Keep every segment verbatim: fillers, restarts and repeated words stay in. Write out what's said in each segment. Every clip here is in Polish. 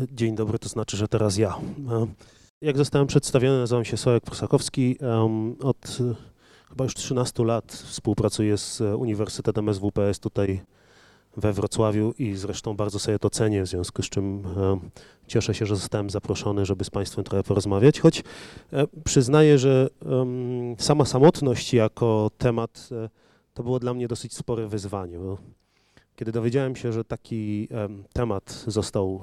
Dzień dobry, to znaczy, że teraz ja. Jak zostałem przedstawiony, nazywam się Sławek Prusakowski. Od chyba już trzynastu lat współpracuję z Uniwersytetem S W P S tutaj we Wrocławiu i zresztą bardzo sobie to cenię, w związku z czym cieszę się, że zostałem zaproszony, żeby z Państwem trochę porozmawiać, choć przyznaję, że sama samotność jako temat to było dla mnie dosyć spore wyzwanie, bo kiedy dowiedziałem się, że taki temat został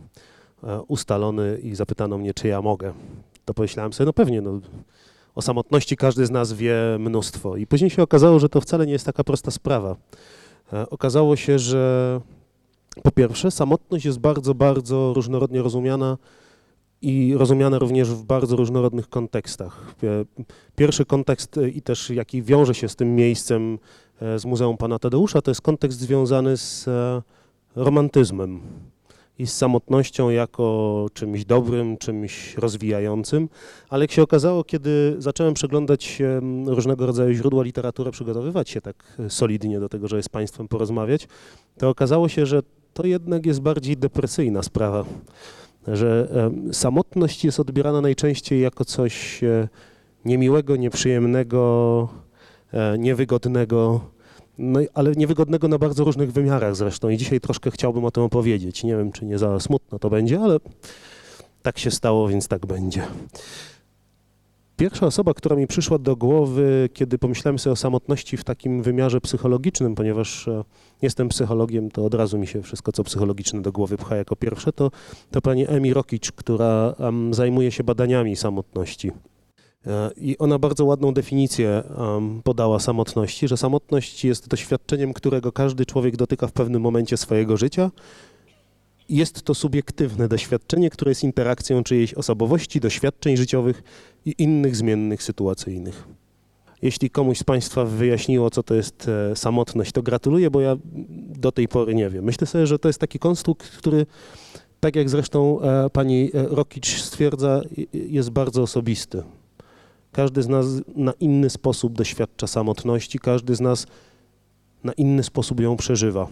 ustalony i zapytano mnie, czy ja mogę, to pomyślałem sobie, no pewnie, no, o samotności każdy z nas wie mnóstwo. I później się okazało, że to wcale nie jest taka prosta sprawa. Okazało się, że po pierwsze samotność jest bardzo, bardzo różnorodnie rozumiana i rozumiana również w bardzo różnorodnych kontekstach. Pierwszy kontekst i też jaki wiąże się z tym miejscem z Muzeum Pana Tadeusza, to jest kontekst związany z romantyzmem i z samotnością jako czymś dobrym, czymś rozwijającym, ale jak się okazało, kiedy zacząłem przeglądać różnego rodzaju źródła literatury, przygotowywać się tak solidnie do tego, że z Państwem porozmawiać, to okazało się, że to jednak jest bardziej depresyjna sprawa, że samotność jest odbierana najczęściej jako coś niemiłego, nieprzyjemnego, niewygodnego, no, ale niewygodnego na bardzo różnych wymiarach zresztą i dzisiaj troszkę chciałbym o tym opowiedzieć. Nie wiem, czy nie za smutno to będzie, ale tak się stało, więc tak będzie. Pierwsza osoba, która mi przyszła do głowy, kiedy pomyślałem sobie o samotności w takim wymiarze psychologicznym, ponieważ jestem psychologiem, to od razu mi się wszystko, co psychologiczne do głowy pcha jako pierwsze, to, to pani Emi Rokic, która um, zajmuje się badaniami samotności. I ona bardzo ładną definicję um, podała samotności, że samotność jest doświadczeniem, którego każdy człowiek dotyka w pewnym momencie swojego życia. Jest to subiektywne doświadczenie, które jest interakcją czyjejś osobowości, doświadczeń życiowych i innych zmiennych sytuacyjnych. Jeśli komuś z Państwa wyjaśniło, co to jest e, samotność, to gratuluję, bo ja do tej pory nie wiem. Myślę sobie, że to jest taki konstrukt, który, tak jak zresztą e, pani Rokic stwierdza, jest bardzo osobisty. Każdy z nas na inny sposób doświadcza samotności, każdy z nas na inny sposób ją przeżywa.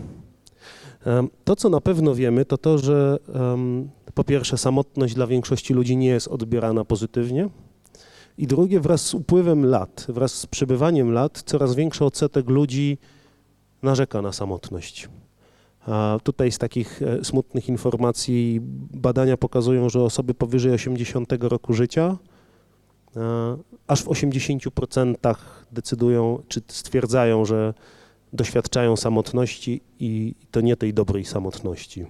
To, co na pewno wiemy, to to, że um, po pierwsze samotność dla większości ludzi nie jest odbierana pozytywnie i drugie, wraz z upływem lat, wraz z przebywaniem lat, coraz większy odsetek ludzi narzeka na samotność. A tutaj z takich e, smutnych informacji badania pokazują, że osoby powyżej osiemdziesiątego roku życia aż w osiemdziesięciu procentach decydują, czy stwierdzają, że doświadczają samotności i to nie tej dobrej samotności.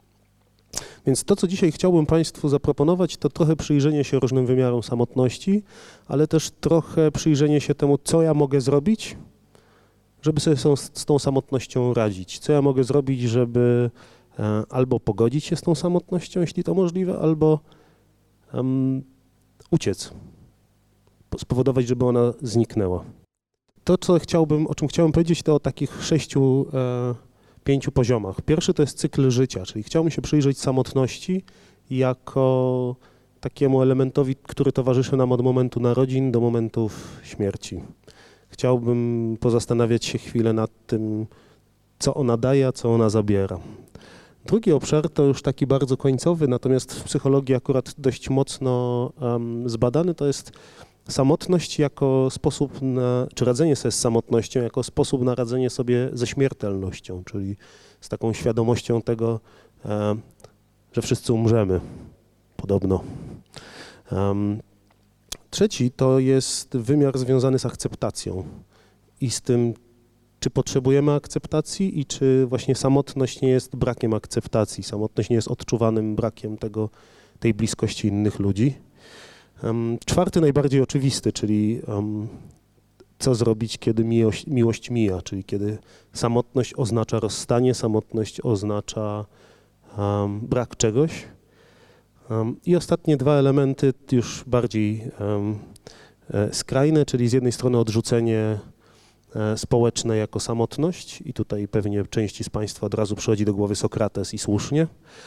Więc to, co dzisiaj chciałbym Państwu zaproponować, to trochę przyjrzenie się różnym wymiarom samotności, ale też trochę przyjrzenie się temu, co ja mogę zrobić, żeby sobie z tą samotnością radzić. Co ja mogę zrobić, żeby albo pogodzić się z tą samotnością, jeśli to możliwe, albo um, uciec. Spowodować, żeby ona zniknęła. To, co chciałbym, o czym chciałbym powiedzieć, to o takich sześciu, e, pięciu poziomach. Pierwszy to jest cykl życia, czyli chciałbym się przyjrzeć samotności jako takiemu elementowi, który towarzyszy nam od momentu narodzin do momentów śmierci. Chciałbym pozastanawiać się chwilę nad tym, co ona daje, a co ona zabiera. Drugi obszar to już taki bardzo końcowy, natomiast w psychologii akurat dość mocno um, zbadany, to jest samotność jako sposób na, czy radzenie sobie z samotnością jako sposób na radzenie sobie ze śmiertelnością, czyli z taką świadomością tego, e, że wszyscy umrzemy, podobno. Um, trzeci to jest wymiar związany z akceptacją i z tym, czy potrzebujemy akceptacji i czy właśnie samotność nie jest brakiem akceptacji, samotność nie jest odczuwanym brakiem tego, tej bliskości innych ludzi. Um, czwarty, najbardziej oczywisty, czyli um, co zrobić, kiedy miłość, miłość mija, czyli kiedy samotność oznacza rozstanie, samotność oznacza um, brak czegoś. Um, I ostatnie dwa elementy już bardziej um, e, skrajne, czyli z jednej strony odrzucenie e, społeczne jako samotność i tutaj pewnie części z Państwa od razu przychodzi do głowy Sokrates i słusznie,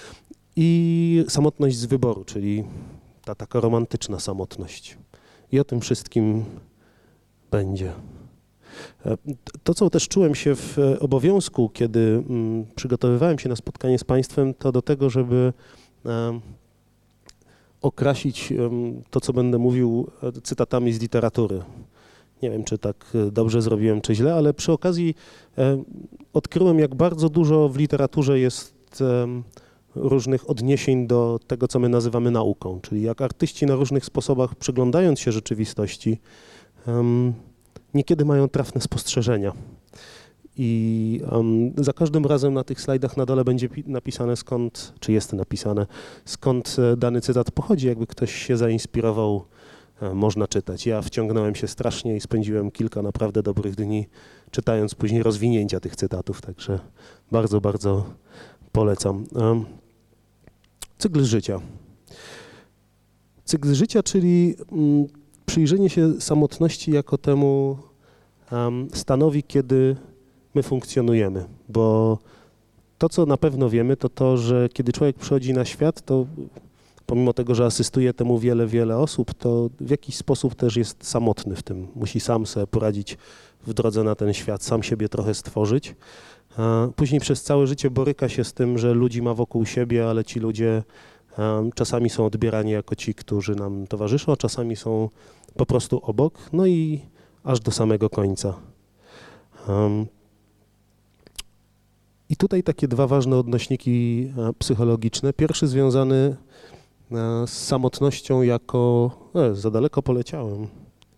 i samotność z wyboru, czyli ta taka romantyczna samotność. I o tym wszystkim będzie. To, co też czułem się w obowiązku, kiedy przygotowywałem się na spotkanie z Państwem, to do tego, żeby okrasić to, co będę mówił, cytatami z literatury. Nie wiem, czy tak dobrze zrobiłem, czy źle, ale przy okazji odkryłem, jak bardzo dużo w literaturze jest różnych odniesień do tego, co my nazywamy nauką, czyli jak artyści na różnych sposobach, przyglądając się rzeczywistości, niekiedy mają trafne spostrzeżenia. I um, za każdym razem na tych slajdach na dole będzie napisane skąd, czy jest napisane, skąd dany cytat pochodzi, jakby ktoś się zainspirował, e, można czytać. Ja wciągnąłem się strasznie i spędziłem kilka naprawdę dobrych dni czytając później rozwinięcia tych cytatów, także bardzo, bardzo polecam. Um, cykl życia. Cykl życia, czyli um, przyjrzenie się samotności jako temu um, stanowi, kiedy my funkcjonujemy, bo to, co na pewno wiemy, to to, że kiedy człowiek przychodzi na świat, to pomimo tego, że asystuje temu wiele, wiele osób, to w jakiś sposób też jest samotny w tym. Musi sam sobie poradzić w drodze na ten świat, sam siebie trochę stworzyć. A później przez całe życie boryka się z tym, że ludzi ma wokół siebie, ale ci ludzie um, czasami są odbierani jako ci, którzy nam towarzyszą, a czasami są po prostu obok, no i aż do samego końca. Um, I tutaj takie dwa ważne odnośniki psychologiczne. Pierwszy związany z samotnością jako... E, za daleko poleciałem.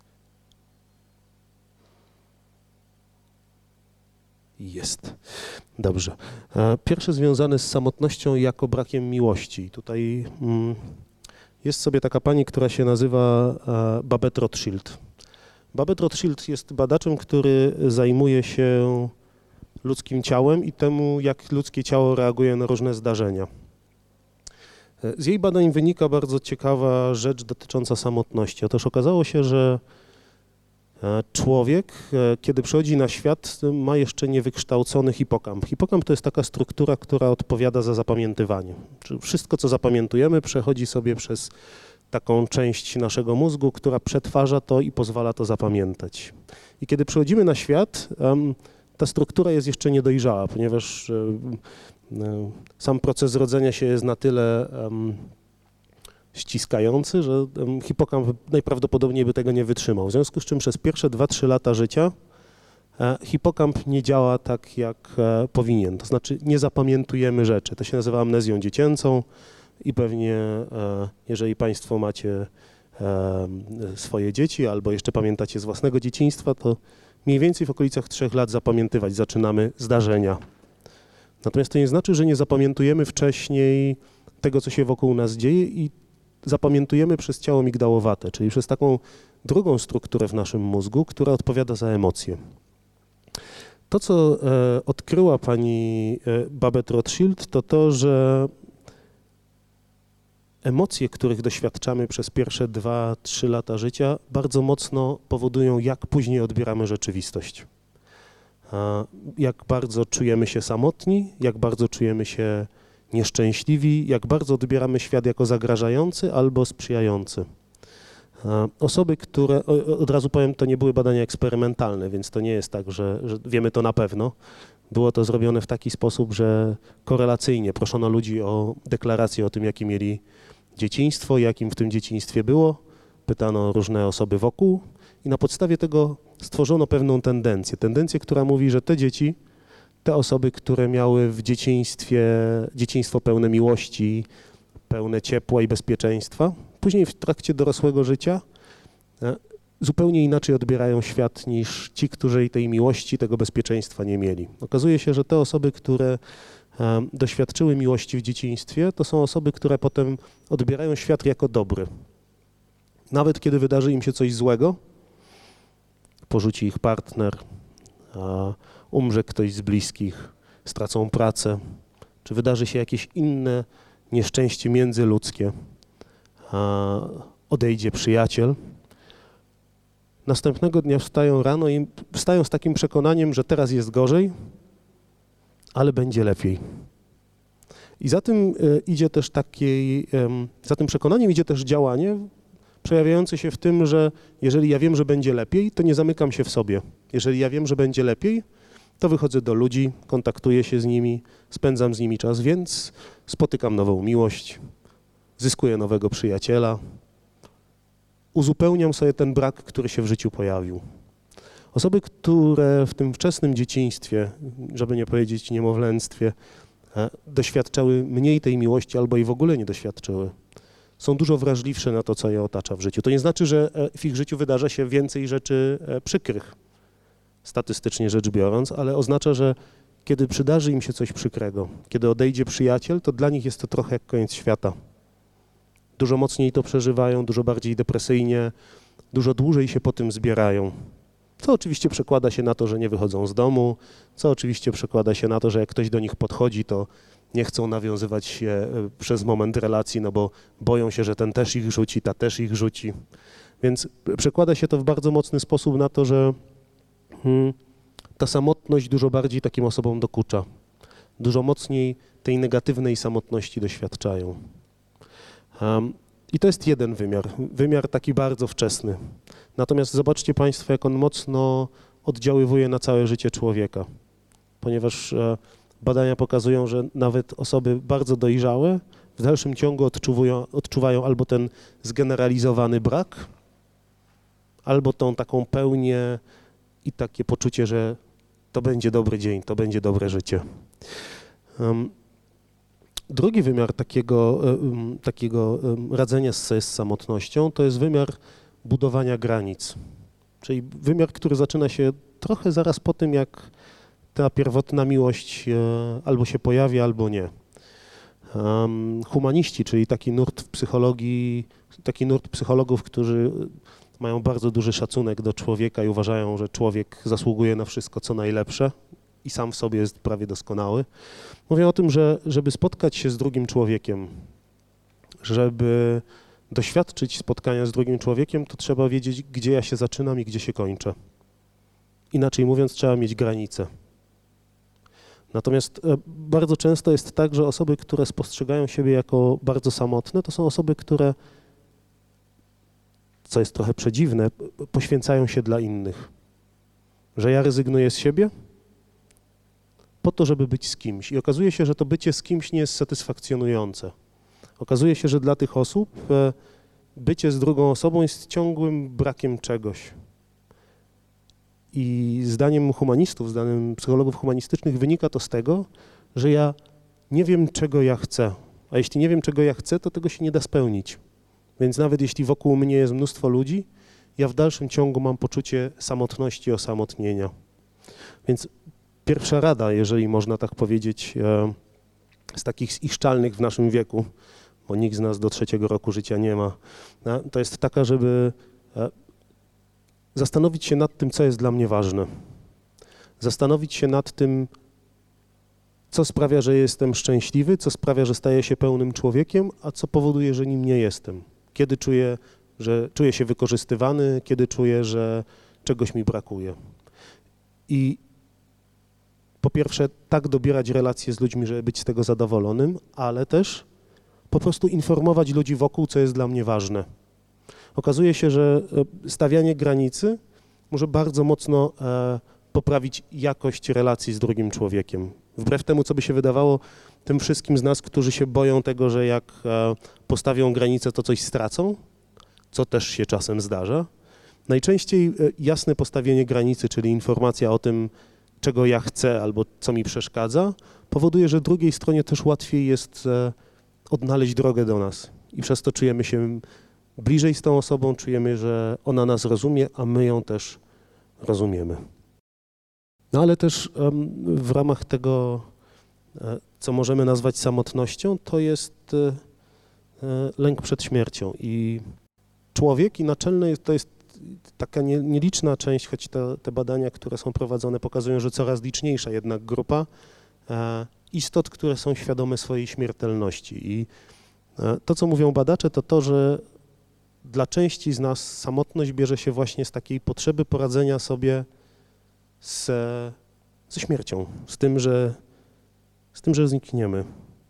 Jest. Dobrze. Pierwszy związany z samotnością jako brakiem miłości. Tutaj mm, jest sobie taka pani, która się nazywa Babette Rothschild. Babette Rothschild jest badaczem, który zajmuje się ludzkim ciałem i temu, jak ludzkie ciało reaguje na różne zdarzenia. Z jej badań wynika bardzo ciekawa rzecz dotycząca samotności. Otóż okazało się, że człowiek, kiedy przychodzi na świat, ma jeszcze niewykształcony hipokamp. Hipokamp to jest taka struktura, która odpowiada za zapamiętywanie. Czyli wszystko, co zapamiętujemy, przechodzi sobie przez taką część naszego mózgu, która przetwarza to i pozwala to zapamiętać. I kiedy przychodzimy na świat, ta struktura jest jeszcze niedojrzała, ponieważ sam proces rodzenia się jest na tyle um, ściskający, że um, hipokamp najprawdopodobniej by tego nie wytrzymał. W związku z czym przez pierwsze dwa trzy lata życia e, hipokamp nie działa tak, jak e, powinien. To znaczy nie zapamiętujemy rzeczy. To się nazywa amnezją dziecięcą i pewnie e, jeżeli Państwo macie e, swoje dzieci albo jeszcze pamiętacie z własnego dzieciństwa, to mniej więcej w okolicach trzech lat zapamiętywać zaczynamy zdarzenia. Natomiast to nie znaczy, że nie zapamiętujemy wcześniej tego, co się wokół nas dzieje i zapamiętujemy przez ciało migdałowate, czyli przez taką drugą strukturę w naszym mózgu, która odpowiada za emocje. To, co e, odkryła pani e, Babette Rothschild, to to, że emocje, których doświadczamy przez pierwsze dwa trzy lata życia, bardzo mocno powodują, jak później odbieramy rzeczywistość. Jak bardzo czujemy się samotni, jak bardzo czujemy się nieszczęśliwi, jak bardzo odbieramy świat jako zagrażający albo sprzyjający. Osoby, które, od razu powiem, to nie były badania eksperymentalne, więc to nie jest tak, że, że wiemy to na pewno. Było to zrobione w taki sposób, że korelacyjnie proszono ludzi o deklarację o tym, jakie mieli dzieciństwo, jakim w tym dzieciństwie było. Pytano różne osoby wokół i na podstawie tego stworzono pewną tendencję. Tendencję, która mówi, że te dzieci, te osoby, które miały w dzieciństwie, dzieciństwo pełne miłości, pełne ciepła i bezpieczeństwa, później w trakcie dorosłego życia zupełnie inaczej odbierają świat niż ci, którzy tej miłości, tego bezpieczeństwa nie mieli. Okazuje się, że te osoby, które doświadczyły miłości w dzieciństwie, to są osoby, które potem odbierają świat jako dobry. Nawet kiedy wydarzy im się coś złego, porzuci ich partner, umrze ktoś z bliskich, stracą pracę, czy wydarzy się jakieś inne nieszczęście międzyludzkie, odejdzie przyjaciel, następnego dnia wstają rano i wstają z takim przekonaniem, że teraz jest gorzej, ale będzie lepiej. I za tym idzie też takie, za tym przekonaniem idzie też działanie przejawiające się w tym, że jeżeli ja wiem, że będzie lepiej, to nie zamykam się w sobie. Jeżeli ja wiem, że będzie lepiej, to wychodzę do ludzi, kontaktuję się z nimi, spędzam z nimi czas, więc spotykam nową miłość, zyskuję nowego przyjaciela, uzupełniam sobie ten brak, który się w życiu pojawił. Osoby, które w tym wczesnym dzieciństwie, żeby nie powiedzieć niemowlęctwie, doświadczały mniej tej miłości albo jej w ogóle nie doświadczyły, są dużo wrażliwsze na to, co je otacza w życiu. To nie znaczy, że w ich życiu wydarza się więcej rzeczy przykrych, statystycznie rzecz biorąc, ale oznacza, że kiedy przydarzy im się coś przykrego, kiedy odejdzie przyjaciel, to dla nich jest to trochę jak koniec świata. Dużo mocniej to przeżywają, dużo bardziej depresyjnie, dużo dłużej się po tym zbierają. Co oczywiście przekłada się na to, że nie wychodzą z domu, co oczywiście przekłada się na to, że jak ktoś do nich podchodzi, to nie chcą nawiązywać się przez moment relacji, no bo boją się, że ten też ich rzuci, ta też ich rzuci. Więc przekłada się to w bardzo mocny sposób na to, że hmm, ta samotność dużo bardziej takim osobom dokucza. Dużo mocniej tej negatywnej samotności doświadczają. Um, I to jest jeden wymiar, wymiar taki bardzo wczesny. Natomiast zobaczcie Państwo, jak on mocno oddziaływuje na całe życie człowieka, ponieważ e, badania pokazują, że nawet osoby bardzo dojrzałe w dalszym ciągu odczuwają, odczuwają albo ten zgeneralizowany brak, albo tą taką pełnię i takie poczucie, że to będzie dobry dzień, to będzie dobre życie. Um, Drugi wymiar takiego, takiego radzenia sobie z samotnością to jest wymiar budowania granic, czyli wymiar, który zaczyna się trochę zaraz po tym, jak ta pierwotna miłość albo się pojawi, albo nie. Humaniści, czyli taki nurt w psychologii, taki nurt psychologów, którzy mają bardzo duży szacunek do człowieka i uważają, że człowiek zasługuje na wszystko, co najlepsze i sam w sobie jest prawie doskonały. Mówię o tym, że żeby spotkać się z drugim człowiekiem, żeby doświadczyć spotkania z drugim człowiekiem, to trzeba wiedzieć, gdzie ja się zaczynam i gdzie się kończę. Inaczej mówiąc, trzeba mieć granice. Natomiast bardzo często jest tak, że osoby, które spostrzegają siebie jako bardzo samotne, to są osoby, które, co jest trochę przedziwne, poświęcają się dla innych. Że ja rezygnuję z siebie po to, żeby być z kimś. I okazuje się, że to bycie z kimś nie jest satysfakcjonujące. Okazuje się, że dla tych osób bycie z drugą osobą jest ciągłym brakiem czegoś. I zdaniem humanistów, zdaniem psychologów humanistycznych wynika to z tego, że ja nie wiem, czego ja chcę. A jeśli nie wiem, czego ja chcę, to tego się nie da spełnić. Więc nawet jeśli wokół mnie jest mnóstwo ludzi, ja w dalszym ciągu mam poczucie samotności, osamotnienia. Więc pierwsza rada, jeżeli można tak powiedzieć, z takich ziszczalnych w naszym wieku, bo nikt z nas do trzeciego roku życia nie ma, to jest taka, żeby zastanowić się nad tym, co jest dla mnie ważne. Zastanowić się nad tym, co sprawia, że jestem szczęśliwy, co sprawia, że staję się pełnym człowiekiem, a co powoduje, że nim nie jestem. Kiedy czuję, że czuję się wykorzystywany, kiedy czuję, że czegoś mi brakuje. I po pierwsze, tak dobierać relacje z ludźmi, żeby być z tego zadowolonym, ale też po prostu informować ludzi wokół, co jest dla mnie ważne. Okazuje się, że stawianie granicy może bardzo mocno e, poprawić jakość relacji z drugim człowiekiem. Wbrew temu, co by się wydawało tym wszystkim z nas, którzy się boją tego, że jak e, postawią granicę, to coś stracą, co też się czasem zdarza. Najczęściej e, jasne postawienie granicy, czyli informacja o tym, czego ja chcę albo co mi przeszkadza, powoduje, że drugiej stronie też łatwiej jest e, odnaleźć drogę do nas i przez to czujemy się bliżej z tą osobą, czujemy, że ona nas rozumie, a my ją też rozumiemy. No ale też um, w ramach tego, e, co możemy nazwać samotnością, to jest e, e, lęk przed śmiercią i człowiek i naczelny to jest taka nie, nieliczna część, choć te, te badania, które są prowadzone, pokazują, że coraz liczniejsza jednak grupa e, istot, które są świadome swojej śmiertelności. I e, to, co mówią badacze, to to, że dla części z nas samotność bierze się właśnie z takiej potrzeby poradzenia sobie z, ze śmiercią, z tym, że, z tym, że znikniemy.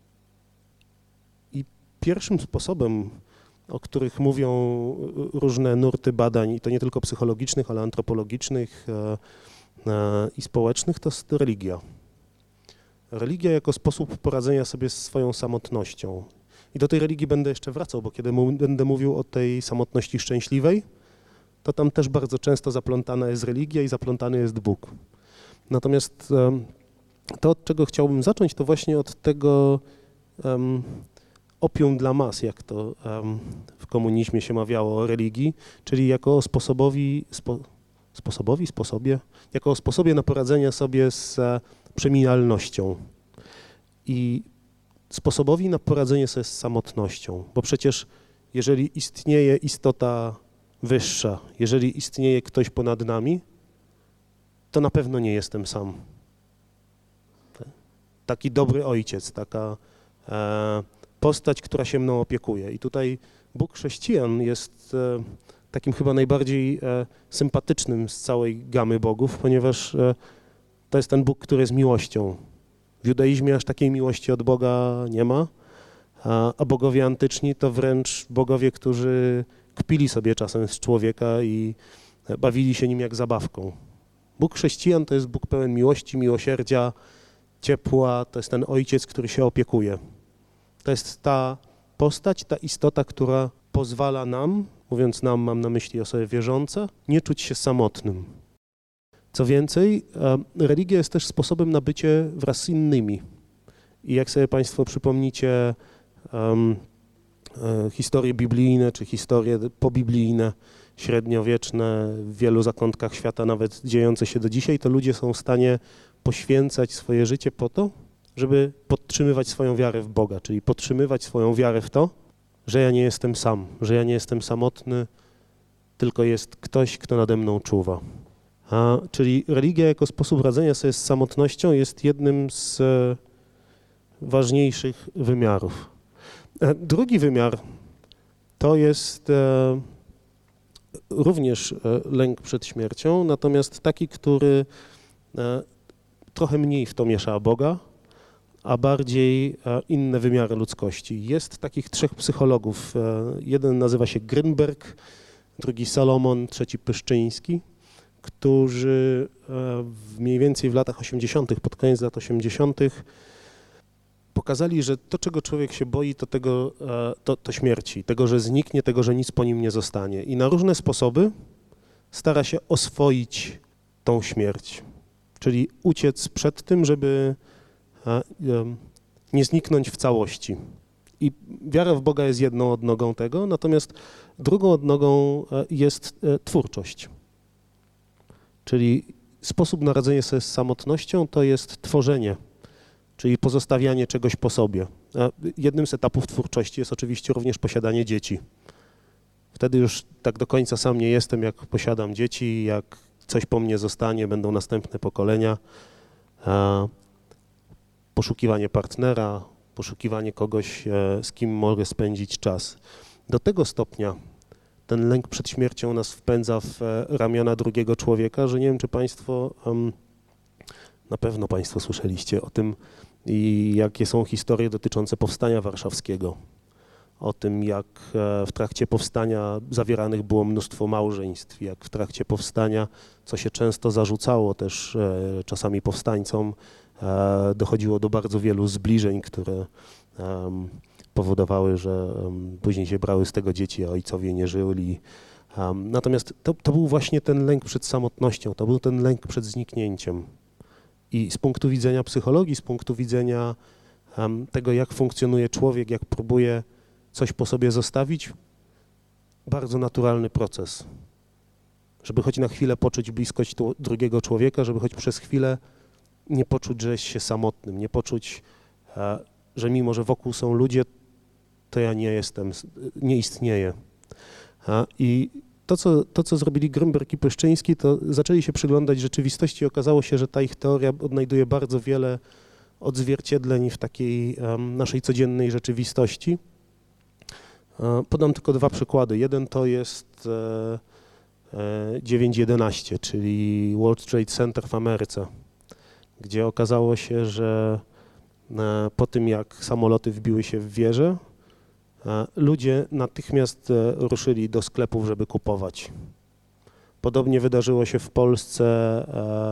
I pierwszym sposobem, o których mówią różne nurty badań, i to nie tylko psychologicznych, ale antropologicznych e, e, i społecznych, to jest religia. Religia jako sposób poradzenia sobie z swoją samotnością. I do tej religii będę jeszcze wracał, bo kiedy mu, będę mówił o tej samotności szczęśliwej, to tam też bardzo często zaplątana jest religia i zaplątany jest Bóg. Natomiast um, to, od czego chciałbym zacząć, to właśnie od tego um, opium dla mas, jak to um, w komunizmie się mawiało o religii, czyli jako o sposobowi, spo, sposobowi, sposobie, jako o sposobie na poradzenie sobie z e, przemijalnością i sposobowi na poradzenie sobie z samotnością, bo przecież jeżeli istnieje istota wyższa, jeżeli istnieje ktoś ponad nami, to na pewno nie jestem sam. Taki dobry ojciec, taka e, postać, która się mną opiekuje. I tutaj Bóg chrześcijan jest e, takim chyba najbardziej e, sympatycznym z całej gamy bogów, ponieważ e, to jest ten Bóg, który jest miłością. W judaizmie aż takiej miłości od Boga nie ma, a, a bogowie antyczni to wręcz bogowie, którzy kpili sobie czasem z człowieka i bawili się nim jak zabawką. Bóg chrześcijan to jest Bóg pełen miłości, miłosierdzia, ciepła, to jest ten ojciec, który się opiekuje. To jest ta postać, ta istota, która pozwala nam, mówiąc nam, mam na myśli osoby wierzące, nie czuć się samotnym. Co więcej, religia jest też sposobem na bycie wraz z innymi. I jak sobie Państwo przypomnicie um, e, historie biblijne, czy historie pobiblijne, średniowieczne, w wielu zakątkach świata, nawet dziejące się do dzisiaj, to ludzie są w stanie poświęcać swoje życie po to, żeby podtrzymywać swoją wiarę w Boga, czyli podtrzymywać swoją wiarę w to, że ja nie jestem sam, że ja nie jestem samotny, tylko jest ktoś, kto nade mną czuwa. A, czyli religia jako sposób radzenia sobie z samotnością jest jednym z e, ważniejszych wymiarów. E, drugi wymiar to jest e, również e, lęk przed śmiercią, natomiast taki, który e, trochę mniej w to miesza Boga, a bardziej e, inne wymiary ludzkości. Jest takich trzech psychologów. E, jeden nazywa się Grünberg, drugi Salomon, trzeci Pyszczyński, którzy w mniej więcej w latach osiemdziesiątych, pod koniec lat osiemdziesiątych pokazali, że to, czego człowiek się boi, to tego, to, to śmierci, tego, że zniknie, tego, że nic po nim nie zostanie. I na różne sposoby stara się oswoić tą śmierć, czyli uciec przed tym, żeby nie zniknąć w całości. I wiara w Boga jest jedną odnogą tego, natomiast drugą odnogą jest twórczość. Czyli sposób na radzenie sobie z samotnością to jest tworzenie, czyli pozostawianie czegoś po sobie. A jednym z etapów twórczości jest oczywiście również posiadanie dzieci. Wtedy już tak do końca sam nie jestem, jak posiadam dzieci, jak coś po mnie zostanie, będą następne pokolenia. A poszukiwanie partnera, poszukiwanie kogoś, z kim mogę spędzić czas. Do tego stopnia ten lęk przed śmiercią nas wpędza w ramiona drugiego człowieka, że nie wiem, czy Państwo, um, na pewno Państwo słyszeliście o tym, i jakie są historie dotyczące Powstania Warszawskiego. O tym, jak w trakcie powstania zawieranych było mnóstwo małżeństw, jak w trakcie powstania, co się często zarzucało też czasami powstańcom, dochodziło do bardzo wielu zbliżeń, które um, powodowały, że um, później się brały z tego dzieci, a ojcowie nie żyli. Um, natomiast to, to był właśnie ten lęk przed samotnością, to był ten lęk przed zniknięciem. I z punktu widzenia psychologii, z punktu widzenia um, tego, jak funkcjonuje człowiek, jak próbuje coś po sobie zostawić, bardzo naturalny proces. Żeby choć na chwilę poczuć bliskość drugiego człowieka, żeby choć przez chwilę nie poczuć, że jest się samotnym, nie poczuć, e, że mimo, że wokół są ludzie, to ja nie jestem, nie istnieję. A, I to co, to, co zrobili Grünberg i Pyszczyński, to zaczęli się przyglądać rzeczywistości i okazało się, że ta ich teoria odnajduje bardzo wiele odzwierciedleń w takiej um, naszej codziennej rzeczywistości. E, podam tylko dwa przykłady. Jeden to jest e, e, dziewięć jedenaście, czyli World Trade Center w Ameryce, gdzie okazało się, że e, po tym, jak samoloty wbiły się w wieżę, ludzie natychmiast ruszyli do sklepów, żeby kupować. Podobnie wydarzyło się w Polsce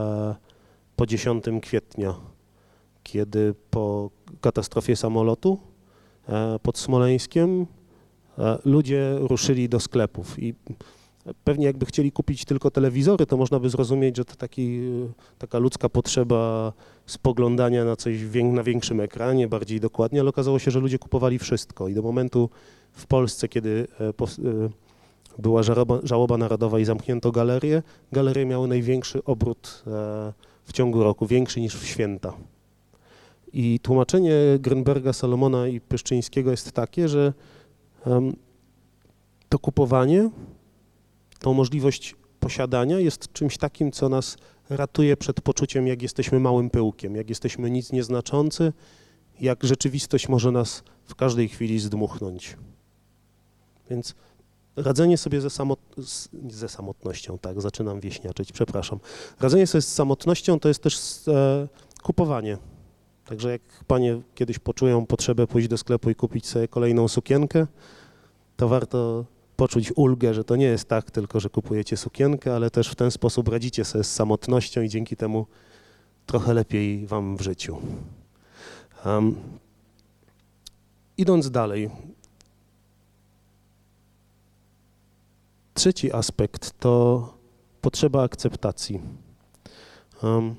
po dziesiątego kwietnia, kiedy po katastrofie samolotu pod Smoleńskiem ludzie ruszyli do sklepów i pewnie jakby chcieli kupić tylko telewizory, to można by zrozumieć, że to taki, taka ludzka potrzeba spoglądania na coś na większym ekranie, bardziej dokładnie, ale okazało się, że ludzie kupowali wszystko i do momentu w Polsce, kiedy była żałoba, żałoba narodowa i zamknięto galerie, galerie miały największy obrót w ciągu roku, większy niż w święta. I tłumaczenie Grünberga, Salomona i Pyszczyńskiego jest takie, że to kupowanie, tą możliwość posiadania jest czymś takim, co nas ratuje przed poczuciem, jak jesteśmy małym pyłkiem, jak jesteśmy nic nieznaczący, jak rzeczywistość może nas w każdej chwili zdmuchnąć. Więc radzenie sobie ze, samot... ze samotnością, tak, zaczynam wieśniaczyć, przepraszam. Radzenie sobie z samotnością to jest też e, kupowanie. Także jak panie kiedyś poczują potrzebę pójść do sklepu i kupić sobie kolejną sukienkę, to warto poczuć ulgę, że to nie jest tak tylko, że kupujecie sukienkę, ale też w ten sposób radzicie sobie z samotnością i dzięki temu trochę lepiej wam w życiu. Um, idąc dalej, trzeci aspekt to potrzeba akceptacji. Um,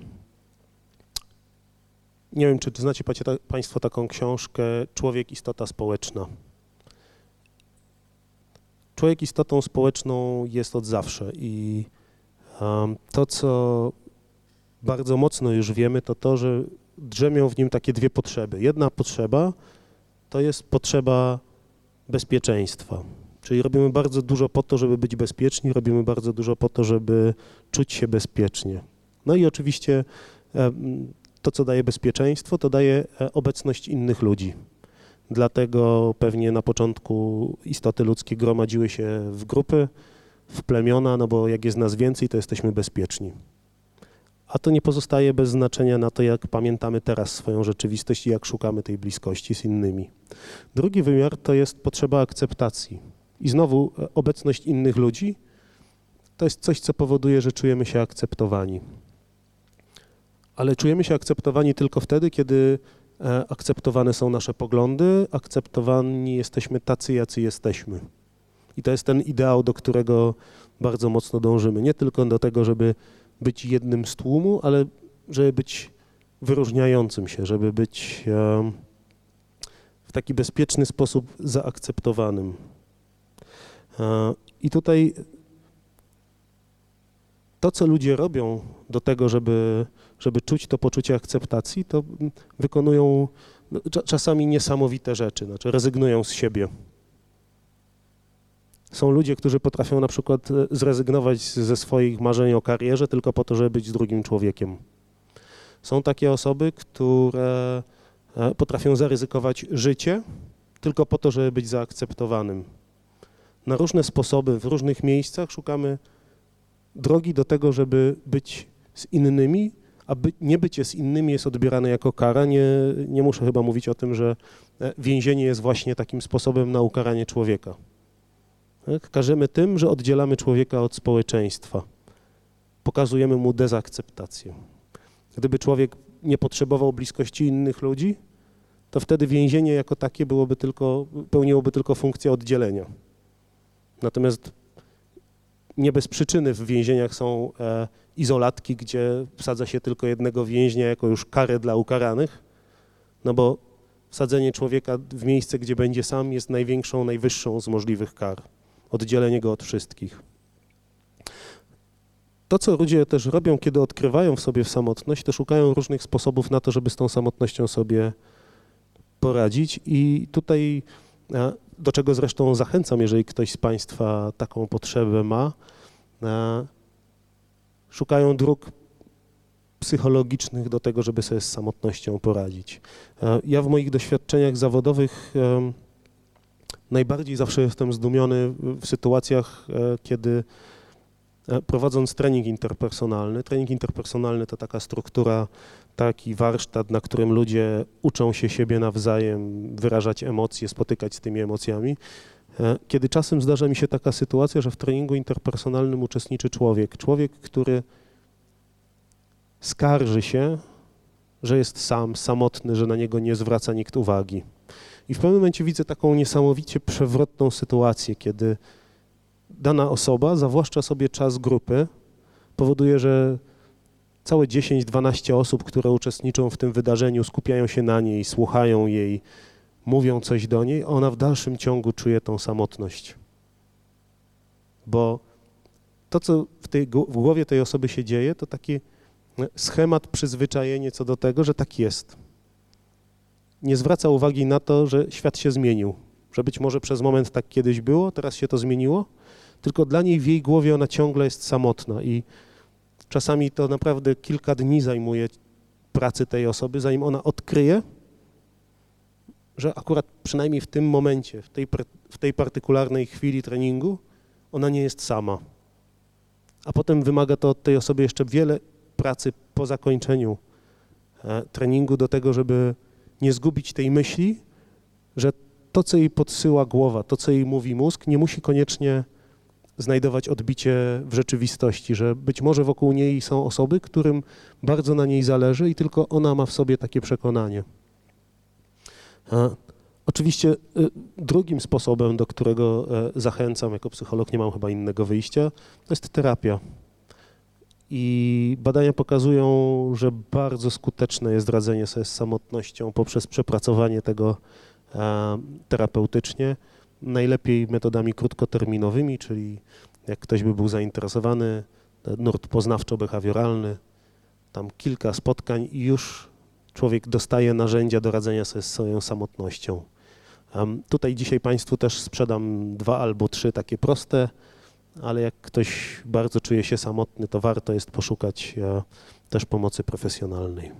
nie wiem, czy znacie państwo taką książkę Człowiek, istota społeczna. Człowiek istotą społeczną jest od zawsze i um, to, co bardzo mocno już wiemy, to to, że drzemią w nim takie dwie potrzeby. Jedna potrzeba to jest potrzeba bezpieczeństwa, czyli robimy bardzo dużo po to, żeby być bezpieczni, robimy bardzo dużo po to, żeby czuć się bezpiecznie. No i oczywiście um, to, co daje bezpieczeństwo, to daje obecność innych ludzi. Dlatego pewnie na początku istoty ludzkie gromadziły się w grupy, w plemiona, no bo jak jest nas więcej, to jesteśmy bezpieczni. A to nie pozostaje bez znaczenia na to, jak pamiętamy teraz swoją rzeczywistość i jak szukamy tej bliskości z innymi. Drugi wymiar to jest potrzeba akceptacji. I znowu obecność innych ludzi to jest coś, co powoduje, że czujemy się akceptowani. Ale czujemy się akceptowani tylko wtedy, kiedy akceptowane są nasze poglądy, akceptowani jesteśmy tacy, jacy jesteśmy. I to jest ten ideał, do którego bardzo mocno dążymy. Nie tylko do tego, żeby być jednym z tłumu, ale żeby być wyróżniającym się, żeby być w taki bezpieczny sposób zaakceptowanym. I tutaj to, co ludzie robią do tego, żeby, żeby czuć to poczucie akceptacji, to wykonują czasami niesamowite rzeczy, znaczy rezygnują z siebie. Są ludzie, którzy potrafią na przykład zrezygnować ze swoich marzeń o karierze tylko po to, żeby być z drugim człowiekiem. Są takie osoby, które potrafią zaryzykować życie tylko po to, żeby być zaakceptowanym. Na różne sposoby, w różnych miejscach szukamy drogi do tego, żeby być z innymi, a by, nie bycie z innymi jest odbierane jako kara. Nie, nie muszę chyba mówić o tym, że więzienie jest właśnie takim sposobem na ukaranie człowieka. Tak? Karzemy tym, że oddzielamy człowieka od społeczeństwa. Pokazujemy mu dezakceptację. Gdyby człowiek nie potrzebował bliskości innych ludzi, to wtedy więzienie jako takie byłoby tylko, pełniłoby tylko funkcję oddzielenia. Natomiast nie bez przyczyny w więzieniach są e, izolatki, gdzie wsadza się tylko jednego więźnia jako już karę dla ukaranych, no bo wsadzenie człowieka w miejsce, gdzie będzie sam, jest największą, najwyższą z możliwych kar. Oddzielenie go od wszystkich. To, co ludzie też robią, kiedy odkrywają w sobie samotność, to szukają różnych sposobów na to, żeby z tą samotnością sobie poradzić i tutaj, do czego zresztą zachęcam, jeżeli ktoś z państwa taką potrzebę ma, szukają dróg psychologicznych do tego, żeby sobie z samotnością poradzić. Ja w moich doświadczeniach zawodowych najbardziej zawsze jestem zdumiony w sytuacjach, kiedy prowadząc trening interpersonalny, trening interpersonalny to taka struktura, taki warsztat, na którym ludzie uczą się siebie nawzajem, wyrażać emocje, spotykać z tymi emocjami. Kiedy czasem zdarza mi się taka sytuacja, że w treningu interpersonalnym uczestniczy człowiek, człowiek, który skarży się, że jest sam, samotny, że na niego nie zwraca nikt uwagi. I w pewnym momencie widzę taką niesamowicie przewrotną sytuację, kiedy dana osoba zawłaszcza sobie czas grupy, powoduje, że całe dziesięć dwanaście osób, które uczestniczą w tym wydarzeniu, skupiają się na niej, słuchają jej, mówią coś do niej, a ona w dalszym ciągu czuje tą samotność. Bo to, co w, tej, w głowie tej osoby się dzieje, to taki schemat, przyzwyczajenie co do tego, że tak jest. Nie zwraca uwagi na to, że świat się zmienił, że być może przez moment tak kiedyś było, teraz się to zmieniło, tylko dla niej w jej głowie ona ciągle jest samotna i czasami to naprawdę kilka dni zajmuje pracy tej osoby, zanim ona odkryje, że akurat przynajmniej w tym momencie, w tej, w tej partykularnej chwili treningu, ona nie jest sama. A potem wymaga to od tej osoby jeszcze wiele pracy po zakończeniu e, treningu do tego, żeby nie zgubić tej myśli, że to, co jej podsyła głowa, to, co jej mówi mózg, nie musi koniecznie znajdować odbicie w rzeczywistości, że być może wokół niej są osoby, którym bardzo na niej zależy i tylko ona ma w sobie takie przekonanie. A oczywiście drugim sposobem, do którego zachęcam jako psycholog, nie mam chyba innego wyjścia, to jest terapia. I badania pokazują, że bardzo skuteczne jest radzenie sobie z samotnością poprzez przepracowanie tego terapeutycznie, najlepiej metodami krótkoterminowymi, czyli jak ktoś by był zainteresowany, nurt poznawczo-behawioralny, tam kilka spotkań i już człowiek dostaje narzędzia do radzenia sobie z swoją samotnością. Um, tutaj dzisiaj Państwu też sprzedam dwa albo trzy takie proste, ale jak ktoś bardzo czuje się samotny, to warto jest poszukać e, też pomocy profesjonalnej.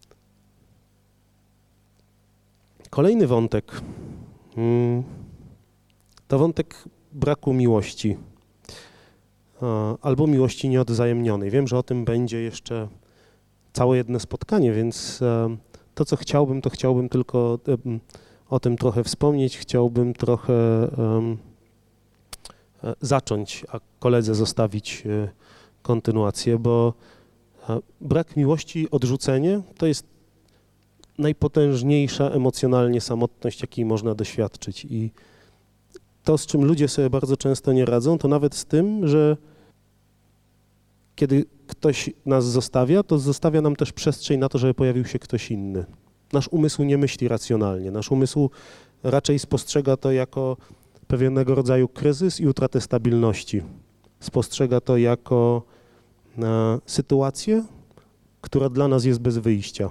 Kolejny wątek mm, to wątek braku miłości e, albo miłości nieodwzajemnionej. Wiem, że o tym będzie jeszcze całe jedno spotkanie, więc e, to, co chciałbym, to chciałbym tylko e, o tym trochę wspomnieć, chciałbym trochę e, zacząć, a koledze zostawić kontynuację, bo brak miłości, odrzucenie to jest najpotężniejsza emocjonalnie samotność, jakiej można doświadczyć. I to, z czym ludzie sobie bardzo często nie radzą, to nawet z tym, że kiedy ktoś nas zostawia, to zostawia nam też przestrzeń na to, żeby pojawił się ktoś inny. Nasz umysł nie myśli racjonalnie, nasz umysł raczej spostrzega to jako pewnego rodzaju kryzys i utratę stabilności. Spostrzega to jako e, sytuację, która dla nas jest bez wyjścia.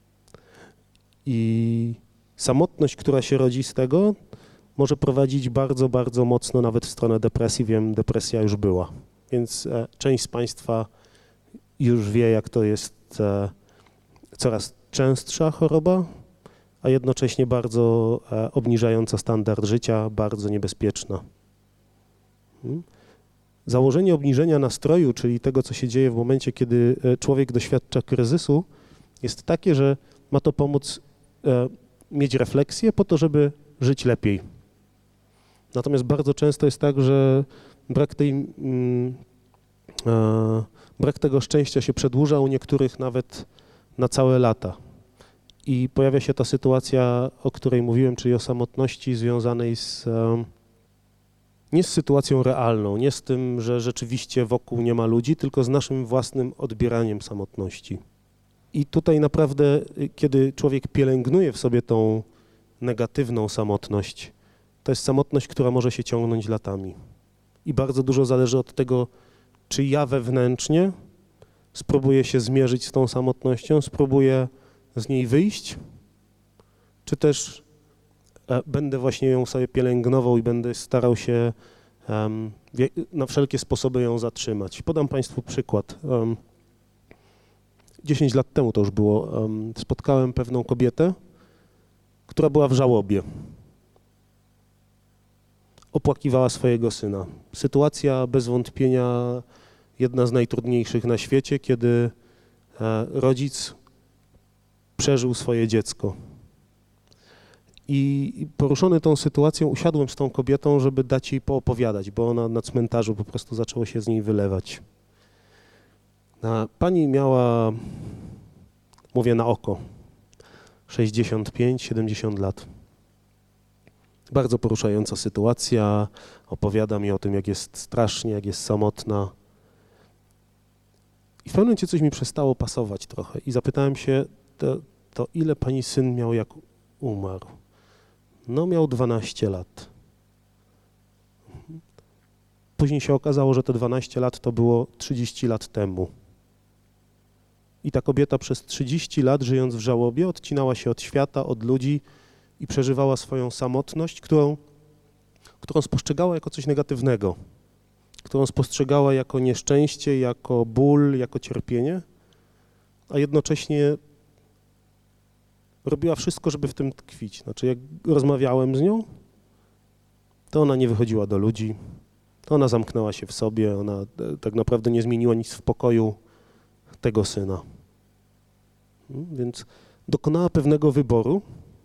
I samotność, która się rodzi z tego, może prowadzić bardzo, bardzo mocno nawet w stronę depresji. Wiem, depresja już była. Więc e, część z Państwa już wie, jak to jest e, coraz częstsza choroba, a jednocześnie bardzo e, obniżająca standard życia, bardzo niebezpieczna. Hmm? Założenie obniżenia nastroju, czyli tego, co się dzieje w momencie, kiedy e, człowiek doświadcza kryzysu, jest takie, że ma to pomóc e, mieć refleksję po to, żeby żyć lepiej. Natomiast bardzo często jest tak, że brak tej, mm, e, brak tego szczęścia się przedłuża, u niektórych nawet na całe lata. I pojawia się ta sytuacja, o której mówiłem, czyli o samotności związanej z, nie z sytuacją realną, nie z tym, że rzeczywiście wokół nie ma ludzi, tylko z naszym własnym odbieraniem samotności. I tutaj naprawdę, kiedy człowiek pielęgnuje w sobie tą negatywną samotność, to jest samotność, która może się ciągnąć latami. I bardzo dużo zależy od tego, czy ja wewnętrznie spróbuję się zmierzyć z tą samotnością, spróbuję z niej wyjść, czy też e, będę właśnie ją sobie pielęgnował i będę starał się um, wie, na wszelkie sposoby ją zatrzymać. Podam Państwu przykład. Um, dziesięć lat temu to już było. Um, spotkałem pewną kobietę, która była w żałobie. Opłakiwała swojego syna. Sytuacja bez wątpienia jedna z najtrudniejszych na świecie, kiedy e, rodzic przeżył swoje dziecko. I poruszony tą sytuacją usiadłem z tą kobietą, żeby dać jej poopowiadać, bo ona na cmentarzu po prostu zaczęło się z niej wylewać. A pani miała, mówię na oko, sześćdziesiąt pięć siedemdziesiąt lat. Bardzo poruszająca sytuacja, opowiada mi o tym, jak jest strasznie, jak jest samotna. I w pewnym momencie coś mi przestało pasować trochę i zapytałem się, to, to ile pani syn miał, jak umarł? No miał dwanaście lat. Później się okazało, że te dwanaście lat to było trzydzieści lat temu. I ta kobieta przez trzydzieści lat, żyjąc w żałobie, odcinała się od świata, od ludzi i przeżywała swoją samotność, którą, którą spostrzegała jako coś negatywnego, którą spostrzegała jako nieszczęście, jako ból, jako cierpienie, a jednocześnie robiła wszystko, żeby w tym tkwić. Znaczy, jak rozmawiałem z nią, to ona nie wychodziła do ludzi, to ona zamknęła się w sobie, ona tak naprawdę nie zmieniła nic w pokoju tego syna. Więc dokonała pewnego wyboru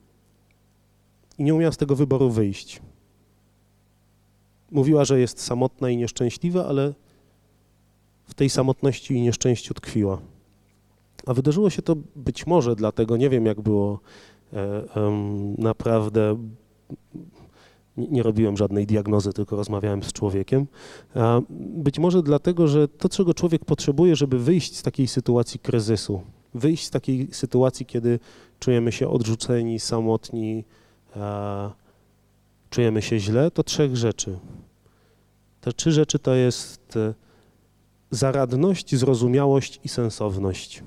i nie umiała z tego wyboru wyjść. Mówiła, że jest samotna i nieszczęśliwa, ale w tej samotności i nieszczęściu tkwiła. A wydarzyło się to być może dlatego, nie wiem jak było e, e, naprawdę, nie, nie robiłem żadnej diagnozy, tylko rozmawiałem z człowiekiem. A być może dlatego, że to, czego człowiek potrzebuje, żeby wyjść z takiej sytuacji kryzysu, wyjść z takiej sytuacji, kiedy czujemy się odrzuceni, samotni, a, czujemy się źle, to trzech rzeczy. Te trzy rzeczy to jest zaradność, zrozumiałość i sensowność.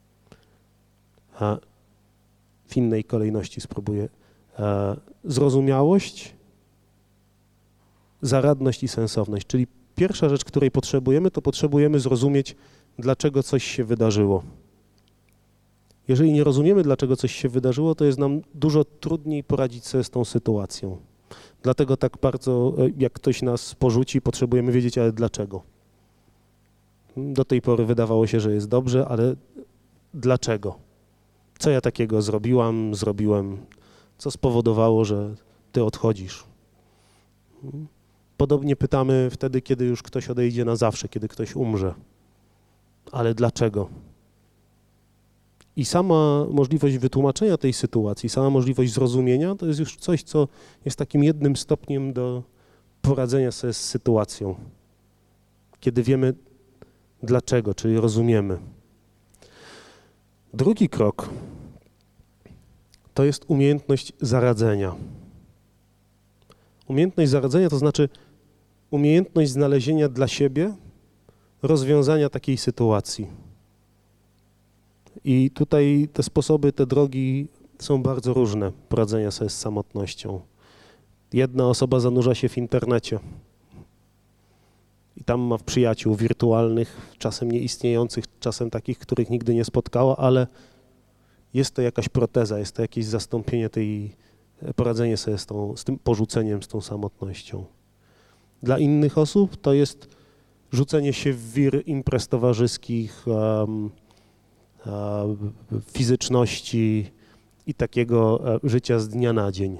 A w innej kolejności spróbuję. A zrozumiałość, zaradność i sensowność, czyli pierwsza rzecz, której potrzebujemy, to potrzebujemy zrozumieć, dlaczego coś się wydarzyło. Jeżeli nie rozumiemy, dlaczego coś się wydarzyło, to jest nam dużo trudniej poradzić sobie z tą sytuacją. Dlatego tak bardzo, jak ktoś nas porzuci, potrzebujemy wiedzieć, ale dlaczego. Do tej pory wydawało się, że jest dobrze, ale dlaczego? Co ja takiego zrobiłam, zrobiłem, co spowodowało, że ty odchodzisz? Podobnie pytamy wtedy, kiedy już ktoś odejdzie na zawsze, kiedy ktoś umrze. Ale dlaczego? I sama możliwość wytłumaczenia tej sytuacji, sama możliwość zrozumienia, to jest już coś, co jest takim jednym stopniem do poradzenia sobie z sytuacją. Kiedy wiemy dlaczego, czyli rozumiemy. Drugi krok to jest umiejętność zaradzenia. Umiejętność zaradzenia to znaczy umiejętność znalezienia dla siebie rozwiązania takiej sytuacji. I tutaj te sposoby, te drogi są bardzo różne poradzenia sobie z samotnością. Jedna osoba zanurza się w internecie i tam ma przyjaciół wirtualnych, czasem nieistniejących, czasem takich, których nigdy nie spotkała, ale jest to jakaś proteza, jest to jakieś zastąpienie tej, poradzenie sobie z, tą, z tym porzuceniem, z tą samotnością. Dla innych osób to jest rzucenie się w wir imprez towarzyskich, um, fizyczności i takiego życia z dnia na dzień.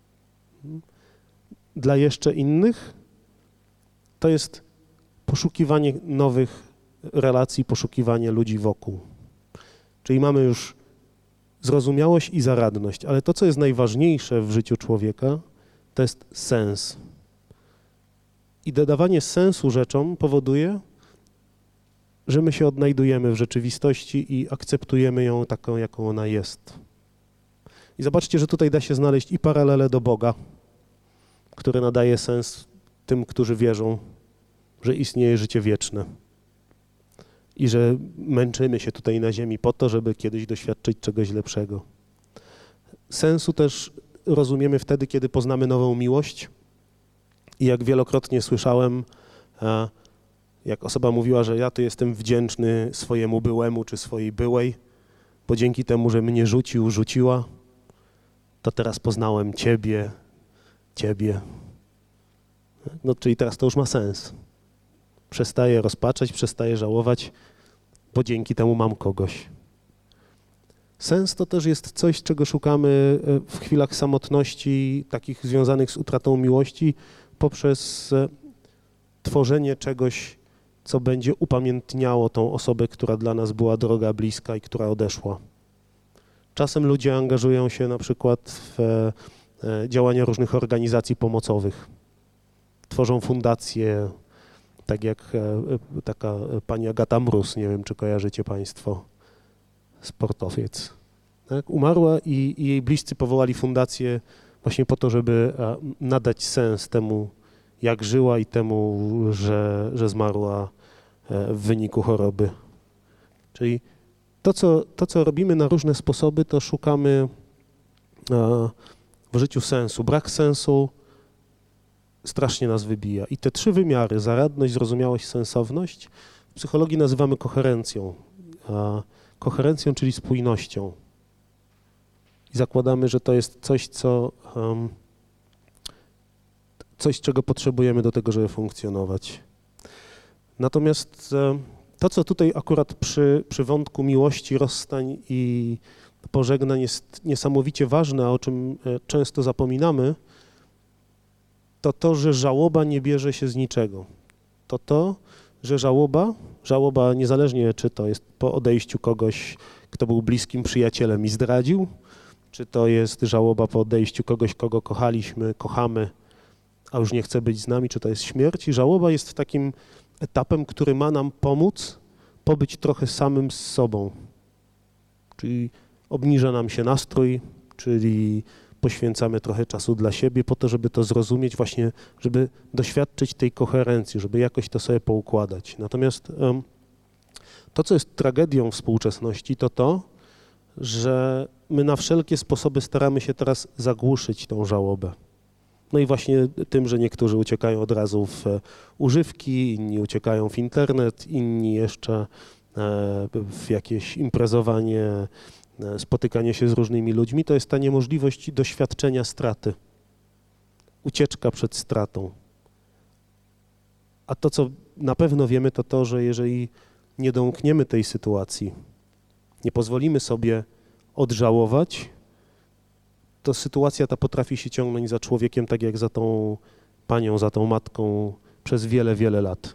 Dla jeszcze innych to jest poszukiwanie nowych relacji, poszukiwanie ludzi wokół. Czyli mamy już zrozumiałość i zaradność, ale to, co jest najważniejsze w życiu człowieka, to jest sens. I dodawanie sensu rzeczom powoduje, że my się odnajdujemy w rzeczywistości i akceptujemy ją taką, jaką ona jest. I zobaczcie, że tutaj da się znaleźć i paralele do Boga, który nadaje sens tym, którzy wierzą, że istnieje życie wieczne i że męczymy się tutaj na ziemi po to, żeby kiedyś doświadczyć czegoś lepszego. Sensu też rozumiemy wtedy, kiedy poznamy nową miłość i jak wielokrotnie słyszałem, jak osoba mówiła, że ja to jestem wdzięczny swojemu byłemu czy swojej byłej, bo dzięki temu, że mnie rzucił, rzuciła, to teraz poznałem ciebie, ciebie. No, czyli teraz to już ma sens. Przestaję rozpaczać, przestaję żałować, bo dzięki temu mam kogoś. Sens to też jest coś, czego szukamy w chwilach samotności, takich związanych z utratą miłości, poprzez tworzenie czegoś, co będzie upamiętniało tą osobę, która dla nas była droga, bliska i która odeszła. Czasem ludzie angażują się na przykład w działania różnych organizacji pomocowych. Tworzą fundacje, tak jak taka pani Agata Mróz, nie wiem, czy kojarzycie państwo, sportowiec. Tak? Umarła i, i jej bliscy powołali fundację właśnie po to, żeby nadać sens temu, jak żyła i temu, że, że zmarła w wyniku choroby. Czyli to co, to, co robimy na różne sposoby, to szukamy w życiu sensu. Brak sensu strasznie nas wybija. I te trzy wymiary, zaradność, zrozumiałość, sensowność, w psychologii nazywamy koherencją. Koherencją, czyli spójnością. I zakładamy, że to jest coś, co, um, coś, czego potrzebujemy do tego, żeby funkcjonować. Natomiast um, to, co tutaj akurat przy, przy wątku miłości, rozstań i pożegnań jest niesamowicie ważne, a o czym często zapominamy, to to, że żałoba nie bierze się z niczego. To to, że żałoba, żałoba niezależnie czy to jest po odejściu kogoś, kto był bliskim przyjacielem i zdradził, czy to jest żałoba po odejściu kogoś, kogo kochaliśmy, kochamy, a już nie chce być z nami, czy to jest śmierć. I żałoba jest takim etapem, który ma nam pomóc pobyć trochę samym z sobą. Czyli obniża nam się nastrój, czyli poświęcamy trochę czasu dla siebie po to, żeby to zrozumieć, właśnie, żeby doświadczyć tej koherencji, żeby jakoś to sobie poukładać. Natomiast um, to, co jest tragedią współczesności, to to, że my na wszelkie sposoby staramy się teraz zagłuszyć tą żałobę. No i właśnie tym, że niektórzy uciekają od razu w używki, inni uciekają w internet, inni jeszcze w jakieś imprezowanie, spotykanie się z różnymi ludźmi, to jest ta niemożliwość doświadczenia straty, ucieczka przed stratą. A to, co na pewno wiemy, to to, że jeżeli nie domkniemy tej sytuacji, nie pozwolimy sobie odżałować, to sytuacja ta potrafi się ciągnąć za człowiekiem, tak jak za tą panią, za tą matką przez wiele, wiele lat.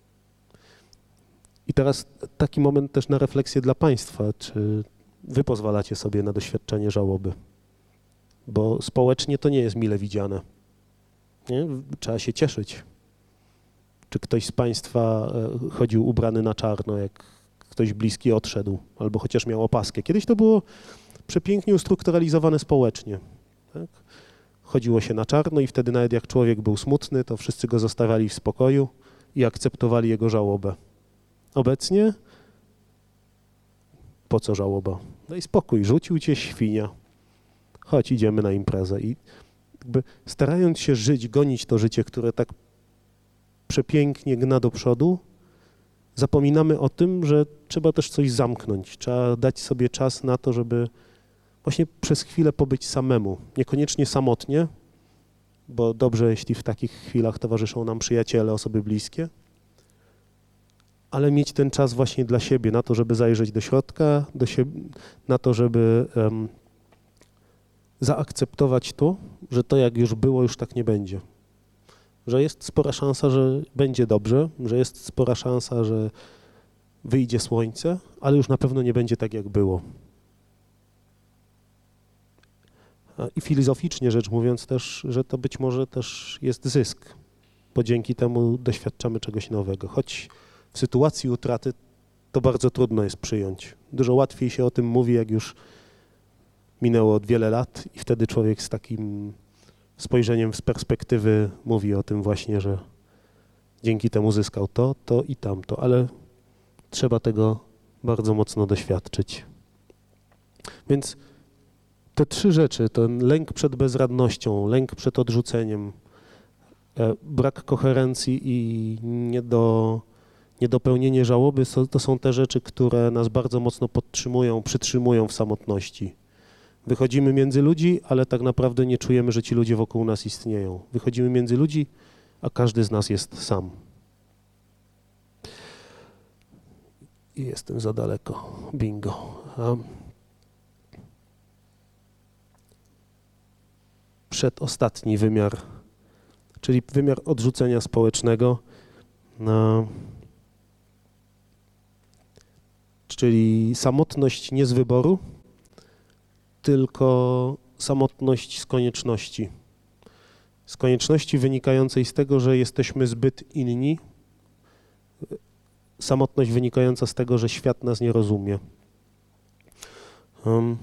I teraz taki moment też na refleksję dla państwa, czy wy pozwalacie sobie na doświadczenie żałoby, bo społecznie to nie jest mile widziane. Nie? Trzeba się cieszyć. Czy ktoś z państwa chodził ubrany na czarno, jak ktoś bliski odszedł, albo chociaż miał opaskę. Kiedyś to było przepięknie ustrukturalizowane społecznie. Tak? Chodziło się na czarno i wtedy nawet jak człowiek był smutny, to wszyscy go zostawiali w spokoju i akceptowali jego żałobę. Obecnie po co żałoba? No i spokój, rzucił cię świnia. Chodź, idziemy na imprezę. I jakby starając się żyć, gonić to życie, które tak przepięknie gna do przodu, zapominamy o tym, że trzeba też coś zamknąć. Trzeba dać sobie czas na to, żeby właśnie przez chwilę pobyć samemu. Niekoniecznie samotnie, bo dobrze, jeśli w takich chwilach towarzyszą nam przyjaciele, osoby bliskie, ale mieć ten czas właśnie dla siebie, na to, żeby zajrzeć do środka, do siebie, na to, żeby um, zaakceptować to, że to jak już było, już tak nie będzie. Że jest spora szansa, że będzie dobrze, że jest spora szansa, że wyjdzie słońce, ale już na pewno nie będzie tak, jak było. I filozoficznie rzecz mówiąc też, że to być może też jest zysk, bo dzięki temu doświadczamy czegoś nowego. Choć w sytuacji utraty to bardzo trudno jest przyjąć. Dużo łatwiej się o tym mówi, jak już minęło wiele lat i wtedy człowiek z takim spojrzeniem z perspektywy mówi o tym właśnie, że dzięki temu zyskał to, to i tamto, ale trzeba tego bardzo mocno doświadczyć. Więc te trzy rzeczy, ten lęk przed bezradnością, lęk przed odrzuceniem, brak koherencji i niedo, niedopełnienie żałoby, to są te rzeczy, które nas bardzo mocno podtrzymują, przytrzymują w samotności. Wychodzimy między ludzi, ale tak naprawdę nie czujemy, że ci ludzie wokół nas istnieją. Wychodzimy między ludzi, a każdy z nas jest sam. I jestem za daleko. Bingo. A przedostatni wymiar, czyli wymiar odrzucenia społecznego, no, czyli samotność nie z wyboru, tylko samotność z konieczności. Z konieczności wynikającej z tego, że jesteśmy zbyt inni. Samotność wynikająca z tego, że świat nas nie rozumie. Um.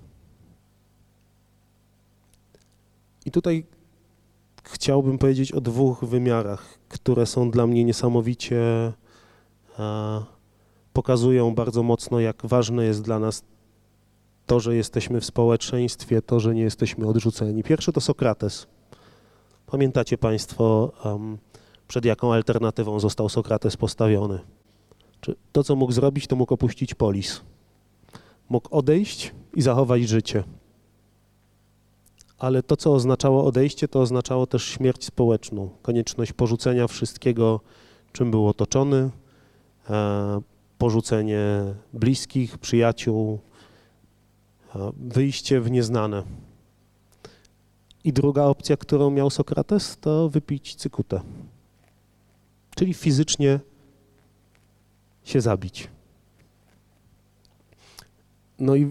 I tutaj chciałbym powiedzieć o dwóch wymiarach, które są dla mnie niesamowicie, e, pokazują bardzo mocno, jak ważne jest dla nas to, że jesteśmy w społeczeństwie, to, że nie jesteśmy odrzuceni. Pierwszy to Sokrates. Pamiętacie Państwo, um, przed jaką alternatywą został Sokrates postawiony? Czy to, co mógł zrobić, to mógł opuścić polis. Mógł odejść i zachować życie. Ale to, co oznaczało odejście, to oznaczało też śmierć społeczną, konieczność porzucenia wszystkiego, czym był otoczony, e, porzucenie bliskich, przyjaciół, e, wyjście w nieznane. I druga opcja, którą miał Sokrates, to wypić cykutę, czyli fizycznie się zabić. No i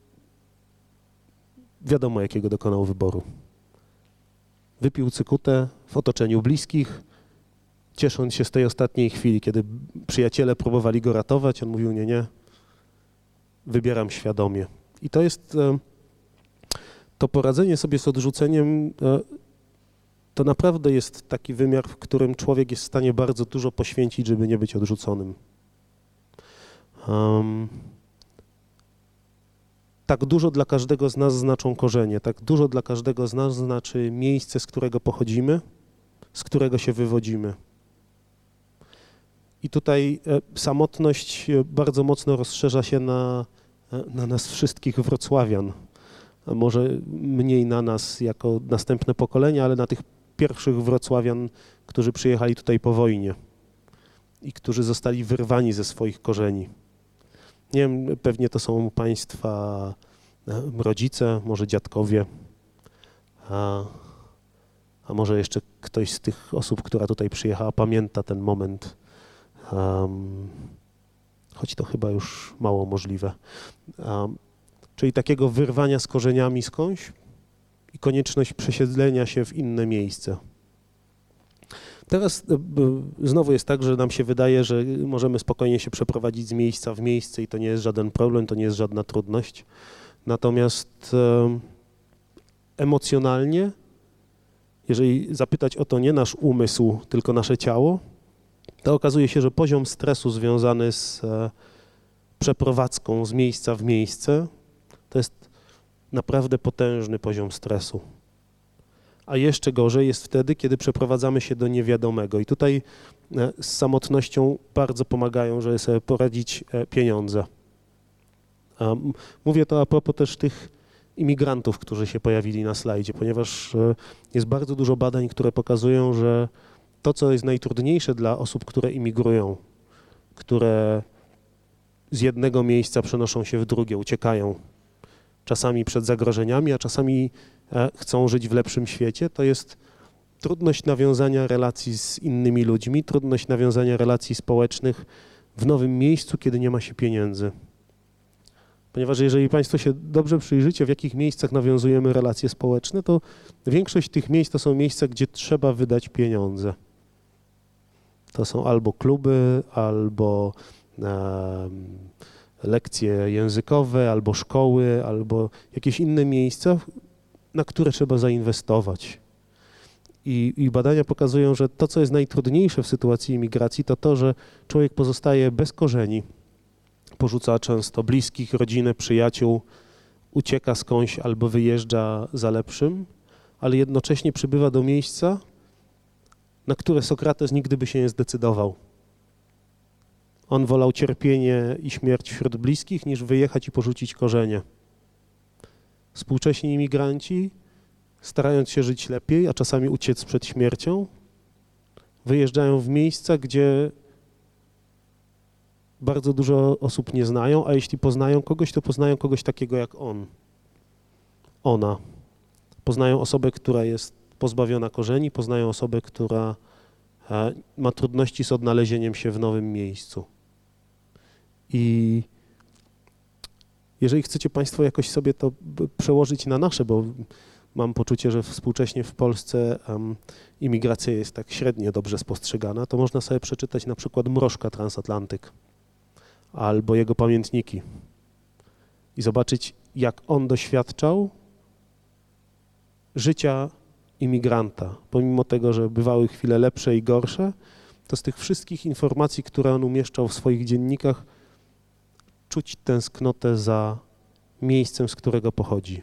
wiadomo, jakiego dokonał wyboru. Wypił cykutę w otoczeniu bliskich, ciesząc się z tej ostatniej chwili, kiedy przyjaciele próbowali go ratować, on mówił, nie, nie, wybieram świadomie. I to jest, to poradzenie sobie z odrzuceniem, to naprawdę jest taki wymiar, w którym człowiek jest w stanie bardzo dużo poświęcić, żeby nie być odrzuconym. Um, Tak dużo dla każdego z nas znaczą korzenie, tak dużo dla każdego z nas znaczy miejsce, z którego pochodzimy, z którego się wywodzimy. I tutaj samotność bardzo mocno rozszerza się na, na nas wszystkich wrocławian, a może mniej na nas jako następne pokolenia, ale na tych pierwszych wrocławian, którzy przyjechali tutaj po wojnie i którzy zostali wyrwani ze swoich korzeni. Nie wiem, pewnie to są Państwa rodzice, może dziadkowie, a, a może jeszcze ktoś z tych osób, która tutaj przyjechała, pamięta ten moment, um, choć to chyba już mało możliwe. Um, czyli takiego wyrwania z korzeniami skądś i konieczność przesiedlenia się w inne miejsce. Teraz znowu jest tak, że nam się wydaje, że możemy spokojnie się przeprowadzić z miejsca w miejsce i to nie jest żaden problem, to nie jest żadna trudność. Natomiast e, emocjonalnie, jeżeli zapytać o to nie nasz umysł, tylko nasze ciało, to okazuje się, że poziom stresu związany z e, przeprowadzką z miejsca w miejsce to jest naprawdę potężny poziom stresu. A jeszcze gorzej jest wtedy, kiedy przeprowadzamy się do niewiadomego. I tutaj z samotnością bardzo pomagają, żeby sobie poradzić pieniądze. Mówię to a propos też tych imigrantów, którzy się pojawili na slajdzie, ponieważ jest bardzo dużo badań, które pokazują, że to, co jest najtrudniejsze dla osób, które imigrują, które z jednego miejsca przenoszą się w drugie, uciekają, czasami przed zagrożeniami, a czasami chcą żyć w lepszym świecie, to jest trudność nawiązania relacji z innymi ludźmi, trudność nawiązania relacji społecznych w nowym miejscu, kiedy nie ma się pieniędzy. Ponieważ jeżeli Państwo się dobrze przyjrzycie, w jakich miejscach nawiązujemy relacje społeczne, to większość tych miejsc to są miejsca, gdzie trzeba wydać pieniądze. To są albo kluby, albo e, lekcje językowe, albo szkoły, albo jakieś inne miejsca, na które trzeba zainwestować. I, I badania pokazują, że to, co jest najtrudniejsze w sytuacji imigracji, to to, że człowiek pozostaje bez korzeni, porzuca często bliskich, rodzinę, przyjaciół, ucieka skądś albo wyjeżdża za lepszym, ale jednocześnie przybywa do miejsca, na które Sokrates nigdy by się nie zdecydował. On wolał cierpienie i śmierć wśród bliskich, niż wyjechać i porzucić korzenie. Współcześni imigranci, starając się żyć lepiej, a czasami uciec przed śmiercią, wyjeżdżają w miejsca, gdzie bardzo dużo osób nie znają, a jeśli poznają kogoś, to poznają kogoś takiego jak on, ona. Poznają osobę, która jest pozbawiona korzeni, poznają osobę, która ma trudności z odnalezieniem się w nowym miejscu. I Jeżeli chcecie Państwo jakoś sobie to przełożyć na nasze, bo mam poczucie, że współcześnie w Polsce um, imigracja jest tak średnio dobrze spostrzegana, to można sobie przeczytać na przykład Mrożka Transatlantyk albo jego pamiętniki i zobaczyć, jak on doświadczał życia imigranta. Pomimo tego, że bywały chwile lepsze i gorsze, to z tych wszystkich informacji, które on umieszczał w swoich dziennikach, czuć tęsknotę za miejscem, z którego pochodzi.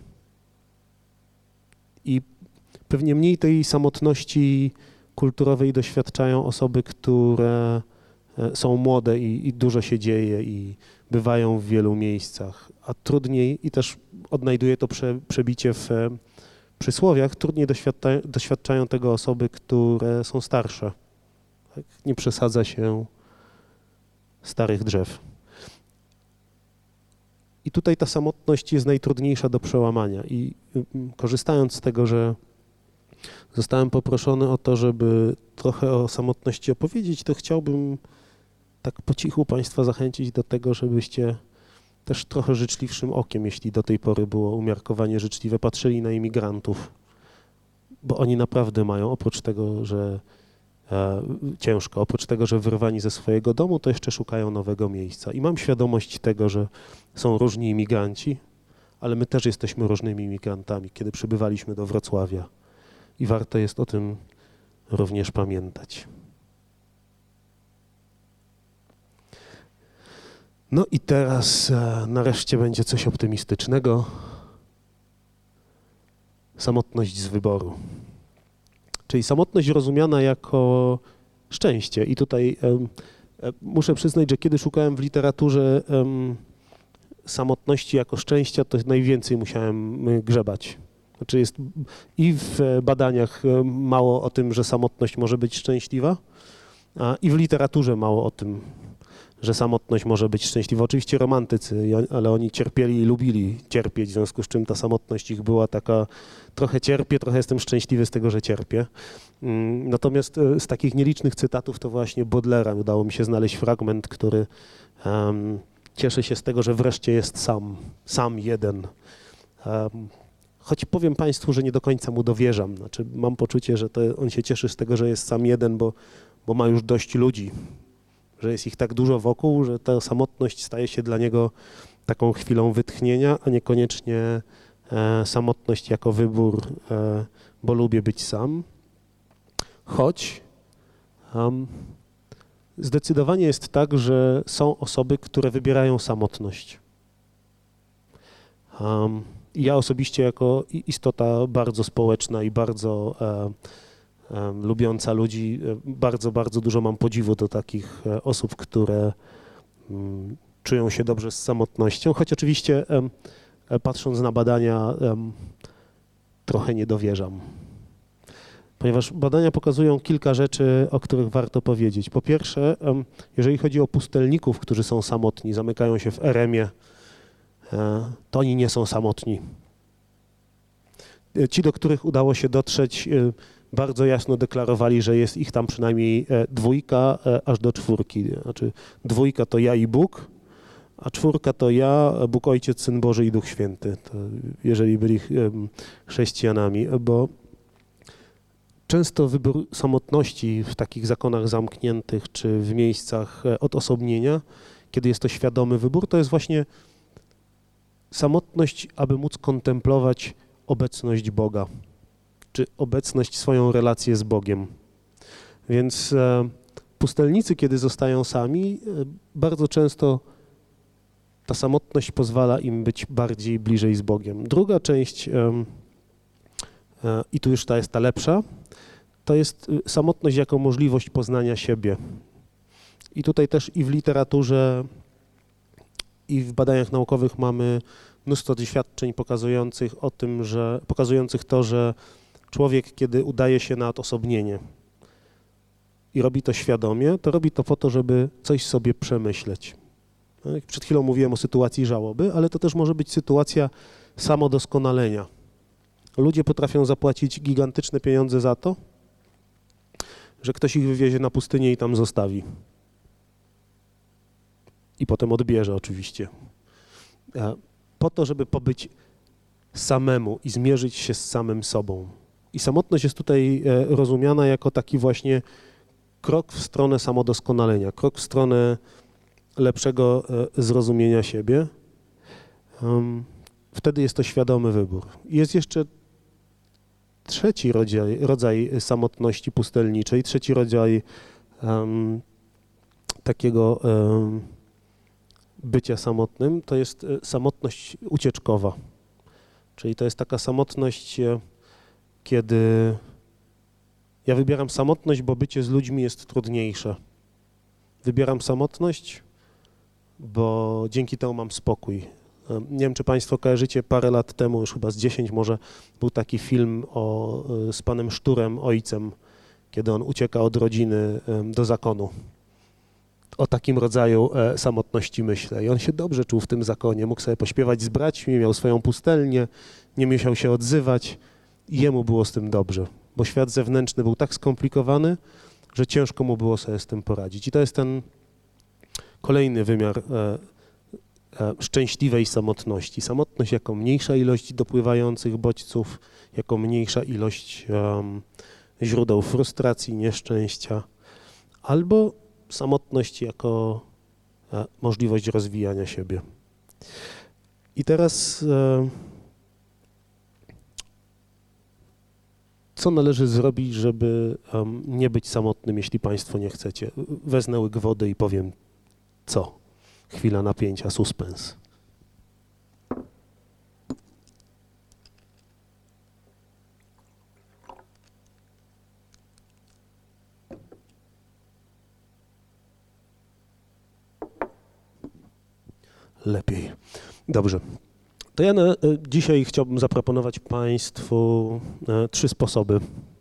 I pewnie mniej tej samotności kulturowej doświadczają osoby, które są młode i, i dużo się dzieje i bywają w wielu miejscach, a trudniej, i też odnajduję to prze, przebicie w przysłowiach, trudniej doświadcza, doświadczają tego osoby, które są starsze. Tak? Nie przesadza się starych drzew. I tutaj ta samotność jest najtrudniejsza do przełamania i korzystając z tego, że zostałem poproszony o to, żeby trochę o samotności opowiedzieć, to chciałbym tak po cichu Państwa zachęcić do tego, żebyście też trochę życzliwszym okiem, jeśli do tej pory było umiarkowanie życzliwe, patrzyli na imigrantów, bo oni naprawdę mają, oprócz tego, że e, ciężko, oprócz tego, że wyrwani ze swojego domu, to jeszcze szukają nowego miejsca. I mam świadomość tego, że są różni imigranci, ale my też jesteśmy różnymi imigrantami, kiedy przybywaliśmy do Wrocławia i warto jest o tym również pamiętać. No i teraz e, nareszcie będzie coś optymistycznego. Samotność z wyboru. Czyli samotność rozumiana jako szczęście. I tutaj e, e, muszę przyznać, że kiedy szukałem w literaturze e, samotności jako szczęścia, to najwięcej musiałem grzebać. Znaczy jest i w badaniach mało o tym, że samotność może być szczęśliwa, a i w literaturze mało o tym, że samotność może być szczęśliwa. Oczywiście romantycy, ale oni cierpieli i lubili cierpieć, w związku z czym ta samotność ich była taka, trochę cierpię, trochę jestem szczęśliwy z tego, że cierpię. Natomiast z takich nielicznych cytatów to właśnie Baudelaire'a udało mi się znaleźć fragment, który um, cieszy się z tego, że wreszcie jest sam, sam jeden. Um, choć powiem Państwu, że nie do końca mu dowierzam. Znaczy, mam poczucie, że to on się cieszy z tego, że jest sam jeden, bo, bo ma już dość ludzi, że jest ich tak dużo wokół, że ta samotność staje się dla niego taką chwilą wytchnienia, a niekoniecznie e, samotność jako wybór, e, bo lubię być sam. Choć um, zdecydowanie jest tak, że są osoby, które wybierają samotność. Um, ja osobiście jako istota bardzo społeczna i bardzo e, e, lubiąca ludzi, bardzo, bardzo dużo mam podziwu do takich e, osób, które m, czują się dobrze z samotnością, choć oczywiście e, e, patrząc na badania e, trochę nie dowierzam. Ponieważ badania pokazują kilka rzeczy, o których warto powiedzieć. Po pierwsze, e, jeżeli chodzi o pustelników, którzy są samotni, zamykają się w eremie, to oni nie są samotni. Ci, do których udało się dotrzeć, bardzo jasno deklarowali, że jest ich tam przynajmniej dwójka, aż do czwórki. Znaczy dwójka to ja i Bóg, a czwórka to ja, Bóg Ojciec, Syn Boży i Duch Święty, to jeżeli byli chrześcijanami, bo często wybór samotności w takich zakonach zamkniętych czy w miejscach odosobnienia, kiedy jest to świadomy wybór, to jest właśnie samotność, aby móc kontemplować obecność Boga, czy obecność, swoją relację z Bogiem. Więc e, pustelnicy, kiedy zostają sami, e, bardzo często ta samotność pozwala im być bardziej bliżej z Bogiem. Druga część, e, e, i tu już ta jest ta lepsza, to jest samotność jako możliwość poznania siebie. I tutaj też i w literaturze, i w badaniach naukowych mamy mnóstwo doświadczeń pokazujących o tym, że, pokazujących to, że człowiek, kiedy udaje się na odosobnienie i robi to świadomie, to robi to po to, żeby coś sobie przemyśleć. Przed chwilą mówiłem o sytuacji żałoby, ale to też może być sytuacja samodoskonalenia. Ludzie potrafią zapłacić gigantyczne pieniądze za to, że ktoś ich wywiezie na pustynię i tam zostawi. I potem odbierze oczywiście. po to, żeby pobyć samemu i zmierzyć się z samym sobą. I samotność jest tutaj rozumiana jako taki właśnie krok w stronę samodoskonalenia, krok w stronę lepszego zrozumienia siebie. Wtedy jest to świadomy wybór. Jest jeszcze trzeci rodzaj, rodzaj samotności pustelniczej, trzeci rodzaj um, takiego um, bycia samotnym, to jest samotność ucieczkowa. Czyli to jest taka samotność, kiedy ja wybieram samotność, bo bycie z ludźmi jest trudniejsze. Wybieram samotność, bo dzięki temu mam spokój. Nie wiem, czy Państwo kojarzycie, parę lat temu, już chyba z dziesięć może, był taki film o, z panem Szturem, ojcem, kiedy on ucieka od rodziny do zakonu. O takim rodzaju samotności myślę. I on się dobrze czuł w tym zakonie, mógł sobie pośpiewać z braćmi, miał swoją pustelnię, nie musiał się odzywać i jemu było z tym dobrze, bo świat zewnętrzny był tak skomplikowany, że ciężko mu było sobie z tym poradzić. I to jest ten kolejny wymiar szczęśliwej samotności. Samotność jako mniejsza ilość dopływających bodźców, jako mniejsza ilość um, źródeł frustracji, nieszczęścia, albo samotność jako e, możliwość rozwijania siebie. I teraz e, co należy zrobić, żeby um, nie być samotnym, jeśli Państwo nie chcecie? Wezmę łyk wody i powiem co. Chwila napięcia, suspens. Lepiej. Dobrze. To ja na, dzisiaj chciałbym zaproponować Państwu e, trzy sposoby.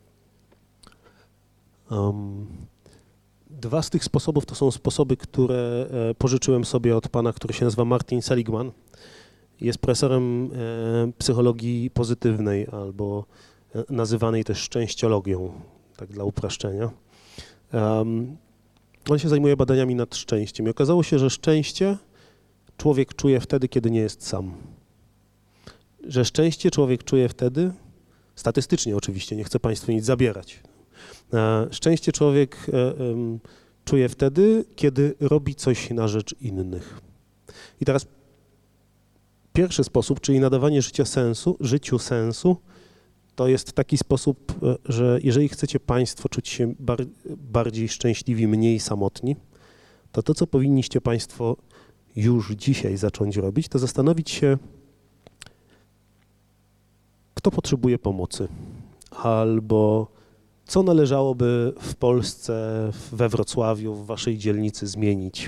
Um, Dwa z tych sposobów to są sposoby, które pożyczyłem sobie od pana, który się nazywa Martin Seligman. Jest profesorem psychologii pozytywnej albo nazywanej też szczęściologią, tak dla upraszczenia. Um, on się zajmuje badaniami nad szczęściem i okazało się, że szczęście człowiek czuje wtedy, kiedy nie jest sam. Że szczęście człowiek czuje wtedy, statystycznie oczywiście, nie chcę Państwu nic zabierać. Szczęście człowiek czuje wtedy, kiedy robi coś na rzecz innych. I teraz pierwszy sposób, czyli nadawanie życia sensu, życiu sensu, to jest taki sposób, że jeżeli chcecie Państwo czuć się bar bardziej szczęśliwi, mniej samotni, to to, co powinniście Państwo już dzisiaj zacząć robić, to zastanowić się, kto potrzebuje pomocy, albo co należałoby w Polsce, we Wrocławiu, w waszej dzielnicy zmienić?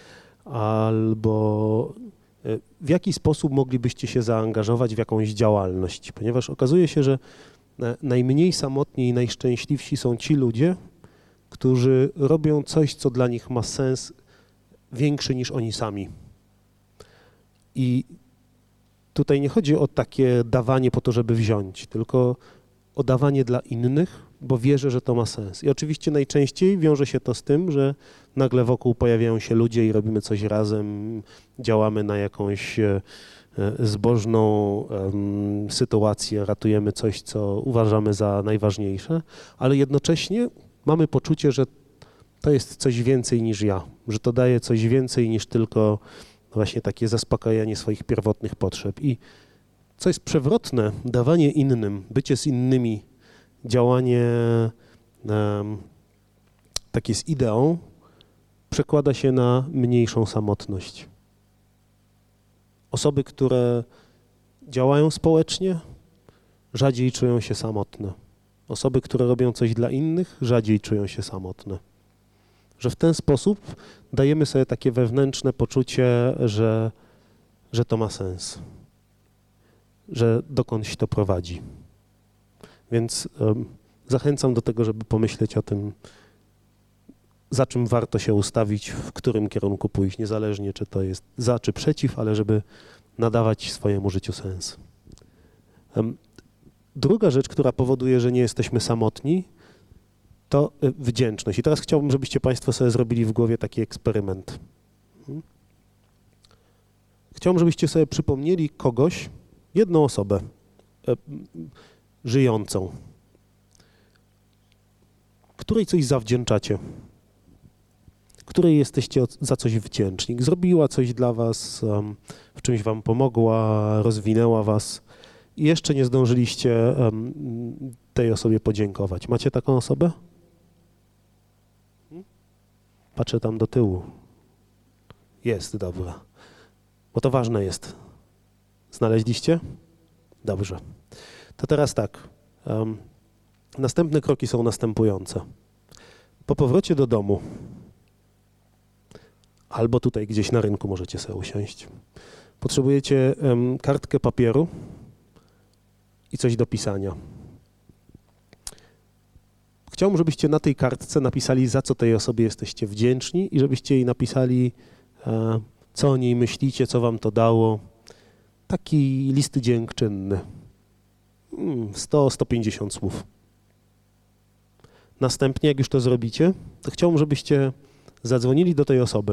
Albo w jaki sposób moglibyście się zaangażować w jakąś działalność? Ponieważ okazuje się, że najmniej samotni i najszczęśliwsi są ci ludzie, którzy robią coś, co dla nich ma sens większy niż oni sami. I tutaj nie chodzi o takie dawanie po to, żeby wziąć, tylko o dawanie dla innych, bo wierzę, że to ma sens. I oczywiście najczęściej wiąże się to z tym, że nagle wokół pojawiają się ludzie i robimy coś razem, działamy na jakąś zbożną um, sytuację, ratujemy coś, co uważamy za najważniejsze, ale jednocześnie mamy poczucie, że to jest coś więcej niż ja, że to daje coś więcej niż tylko właśnie takie zaspokajanie swoich pierwotnych potrzeb. I co jest przewrotne, dawanie innym, bycie z innymi, działanie um, takie z ideą przekłada się na mniejszą samotność. Osoby, które działają społecznie, rzadziej czują się samotne. Osoby, które robią coś dla innych, rzadziej czują się samotne. Że w ten sposób dajemy sobie takie wewnętrzne poczucie, że, że to ma sens, że dokądś to prowadzi. Więc um, zachęcam do tego, żeby pomyśleć o tym, za czym warto się ustawić, w którym kierunku pójść, niezależnie czy to jest za czy przeciw, ale żeby nadawać swojemu życiu sens. Um, druga rzecz, która powoduje, że nie jesteśmy samotni, to wdzięczność. I teraz chciałbym, żebyście Państwo sobie zrobili w głowie taki eksperyment. Chciałbym, żebyście sobie przypomnieli kogoś, jedną osobę e, żyjącą, której coś zawdzięczacie, której jesteście za coś wdzięczni. Zrobiła coś dla was, um, w czymś wam pomogła, rozwinęła was i jeszcze nie zdążyliście um, tej osobie podziękować. Macie taką osobę? Patrzę tam do tyłu. Jest, dobra. Bo to ważne jest. Znaleźliście? Dobrze. To teraz tak. Um, następne kroki są następujące. Po powrocie do domu, albo tutaj gdzieś na rynku możecie sobie usiąść, potrzebujecie um, kartkę papieru i coś do pisania. Chciałbym, żebyście na tej kartce napisali, za co tej osobie jesteście wdzięczni i żebyście jej napisali, e, co o niej myślicie, co wam to dało. Taki list dziękczynny. sto do stu pięćdziesięciu słów. Następnie, jak już to zrobicie, to chciałbym, żebyście zadzwonili do tej osoby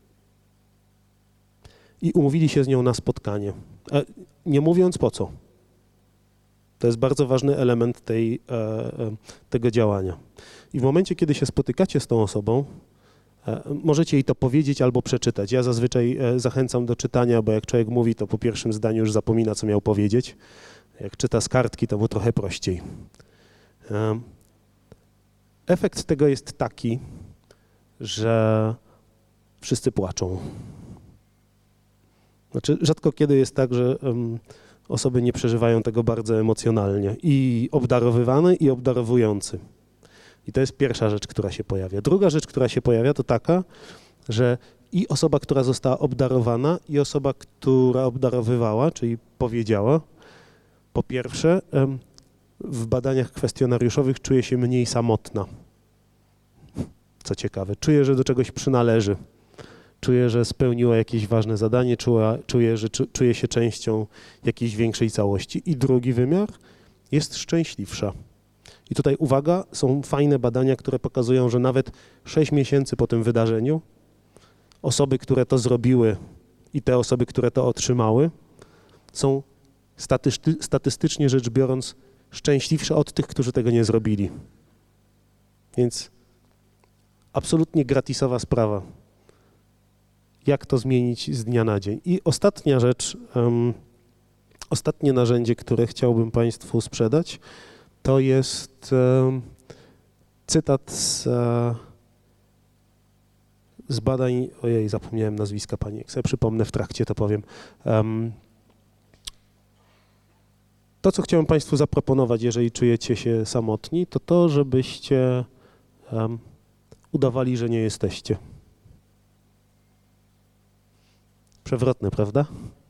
i umówili się z nią na spotkanie. E, nie mówiąc po co. To jest bardzo ważny element tej, e, e, tego działania. I w momencie, kiedy się spotykacie z tą osobą, e, możecie jej to powiedzieć albo przeczytać. Ja zazwyczaj e, zachęcam do czytania, bo jak człowiek mówi, to po pierwszym zdaniu już zapomina, co miał powiedzieć. Jak czyta z kartki, to mu trochę prościej. E, efekt tego jest taki, że wszyscy płaczą. Znaczy, rzadko kiedy jest tak, że um, osoby nie przeżywają tego bardzo emocjonalnie. I obdarowywany, i obdarowujący. I to jest pierwsza rzecz, która się pojawia. Druga rzecz, która się pojawia, to taka, że i osoba, która została obdarowana, i osoba, która obdarowywała, czyli powiedziała, po pierwsze, um, w badaniach kwestionariuszowych czuje się mniej samotna. Co ciekawe, czuje, że do czegoś przynależy. Czuje, że spełniła jakieś ważne zadanie, czuje, czuje, że czuje się częścią jakiejś większej całości. I drugi wymiar jest szczęśliwsza. I tutaj uwaga, są fajne badania, które pokazują, że nawet sześć miesięcy po tym wydarzeniu osoby, które to zrobiły i te osoby, które to otrzymały, są statysty, statystycznie rzecz biorąc szczęśliwsze od tych, którzy tego nie zrobili. Więc absolutnie gratisowa sprawa. Jak to zmienić z dnia na dzień. I ostatnia rzecz, um, ostatnie narzędzie, które chciałbym Państwu sprzedać, to jest um, cytat z, uh, z badań, ojej, zapomniałem nazwiska pani, jak sobie przypomnę w trakcie, to powiem. Um, to, co chciałem Państwu zaproponować, jeżeli czujecie się samotni, to to, żebyście um, udawali, że nie jesteście. Przewrotne, prawda?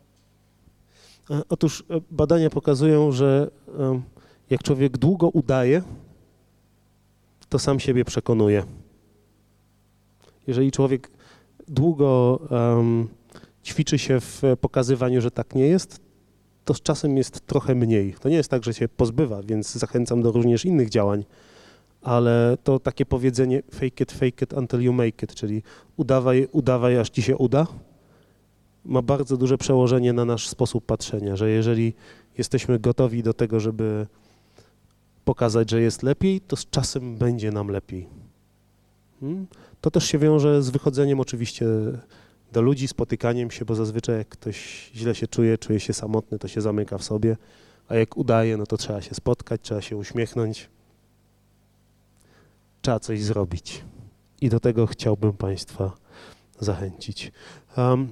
Otóż badania pokazują, że jak człowiek długo udaje, to sam siebie przekonuje. Jeżeli człowiek długo um, ćwiczy się w pokazywaniu, że tak nie jest, to z czasem jest trochę mniej. To nie jest tak, że się pozbywa, więc zachęcam do również innych działań, ale to takie powiedzenie fake it, fake it until you make it, czyli udawaj, udawaj, aż ci się uda, ma bardzo duże przełożenie na nasz sposób patrzenia, że jeżeli jesteśmy gotowi do tego, żeby pokazać, że jest lepiej, to z czasem będzie nam lepiej. Hmm? To też się wiąże z wychodzeniem oczywiście do ludzi, spotykaniem się, bo zazwyczaj jak ktoś źle się czuje, czuje się samotny, to się zamyka w sobie, a jak udaje, no to trzeba się spotkać, trzeba się uśmiechnąć, trzeba coś zrobić. I do tego chciałbym Państwa zachęcić. Um,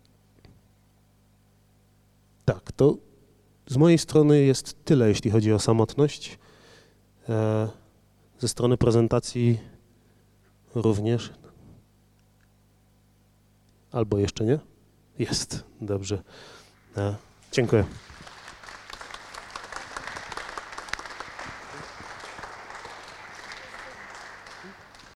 Tak, to z mojej strony jest tyle, jeśli chodzi o samotność. E, ze strony prezentacji również. Albo jeszcze nie? Jest, dobrze. E, dziękuję.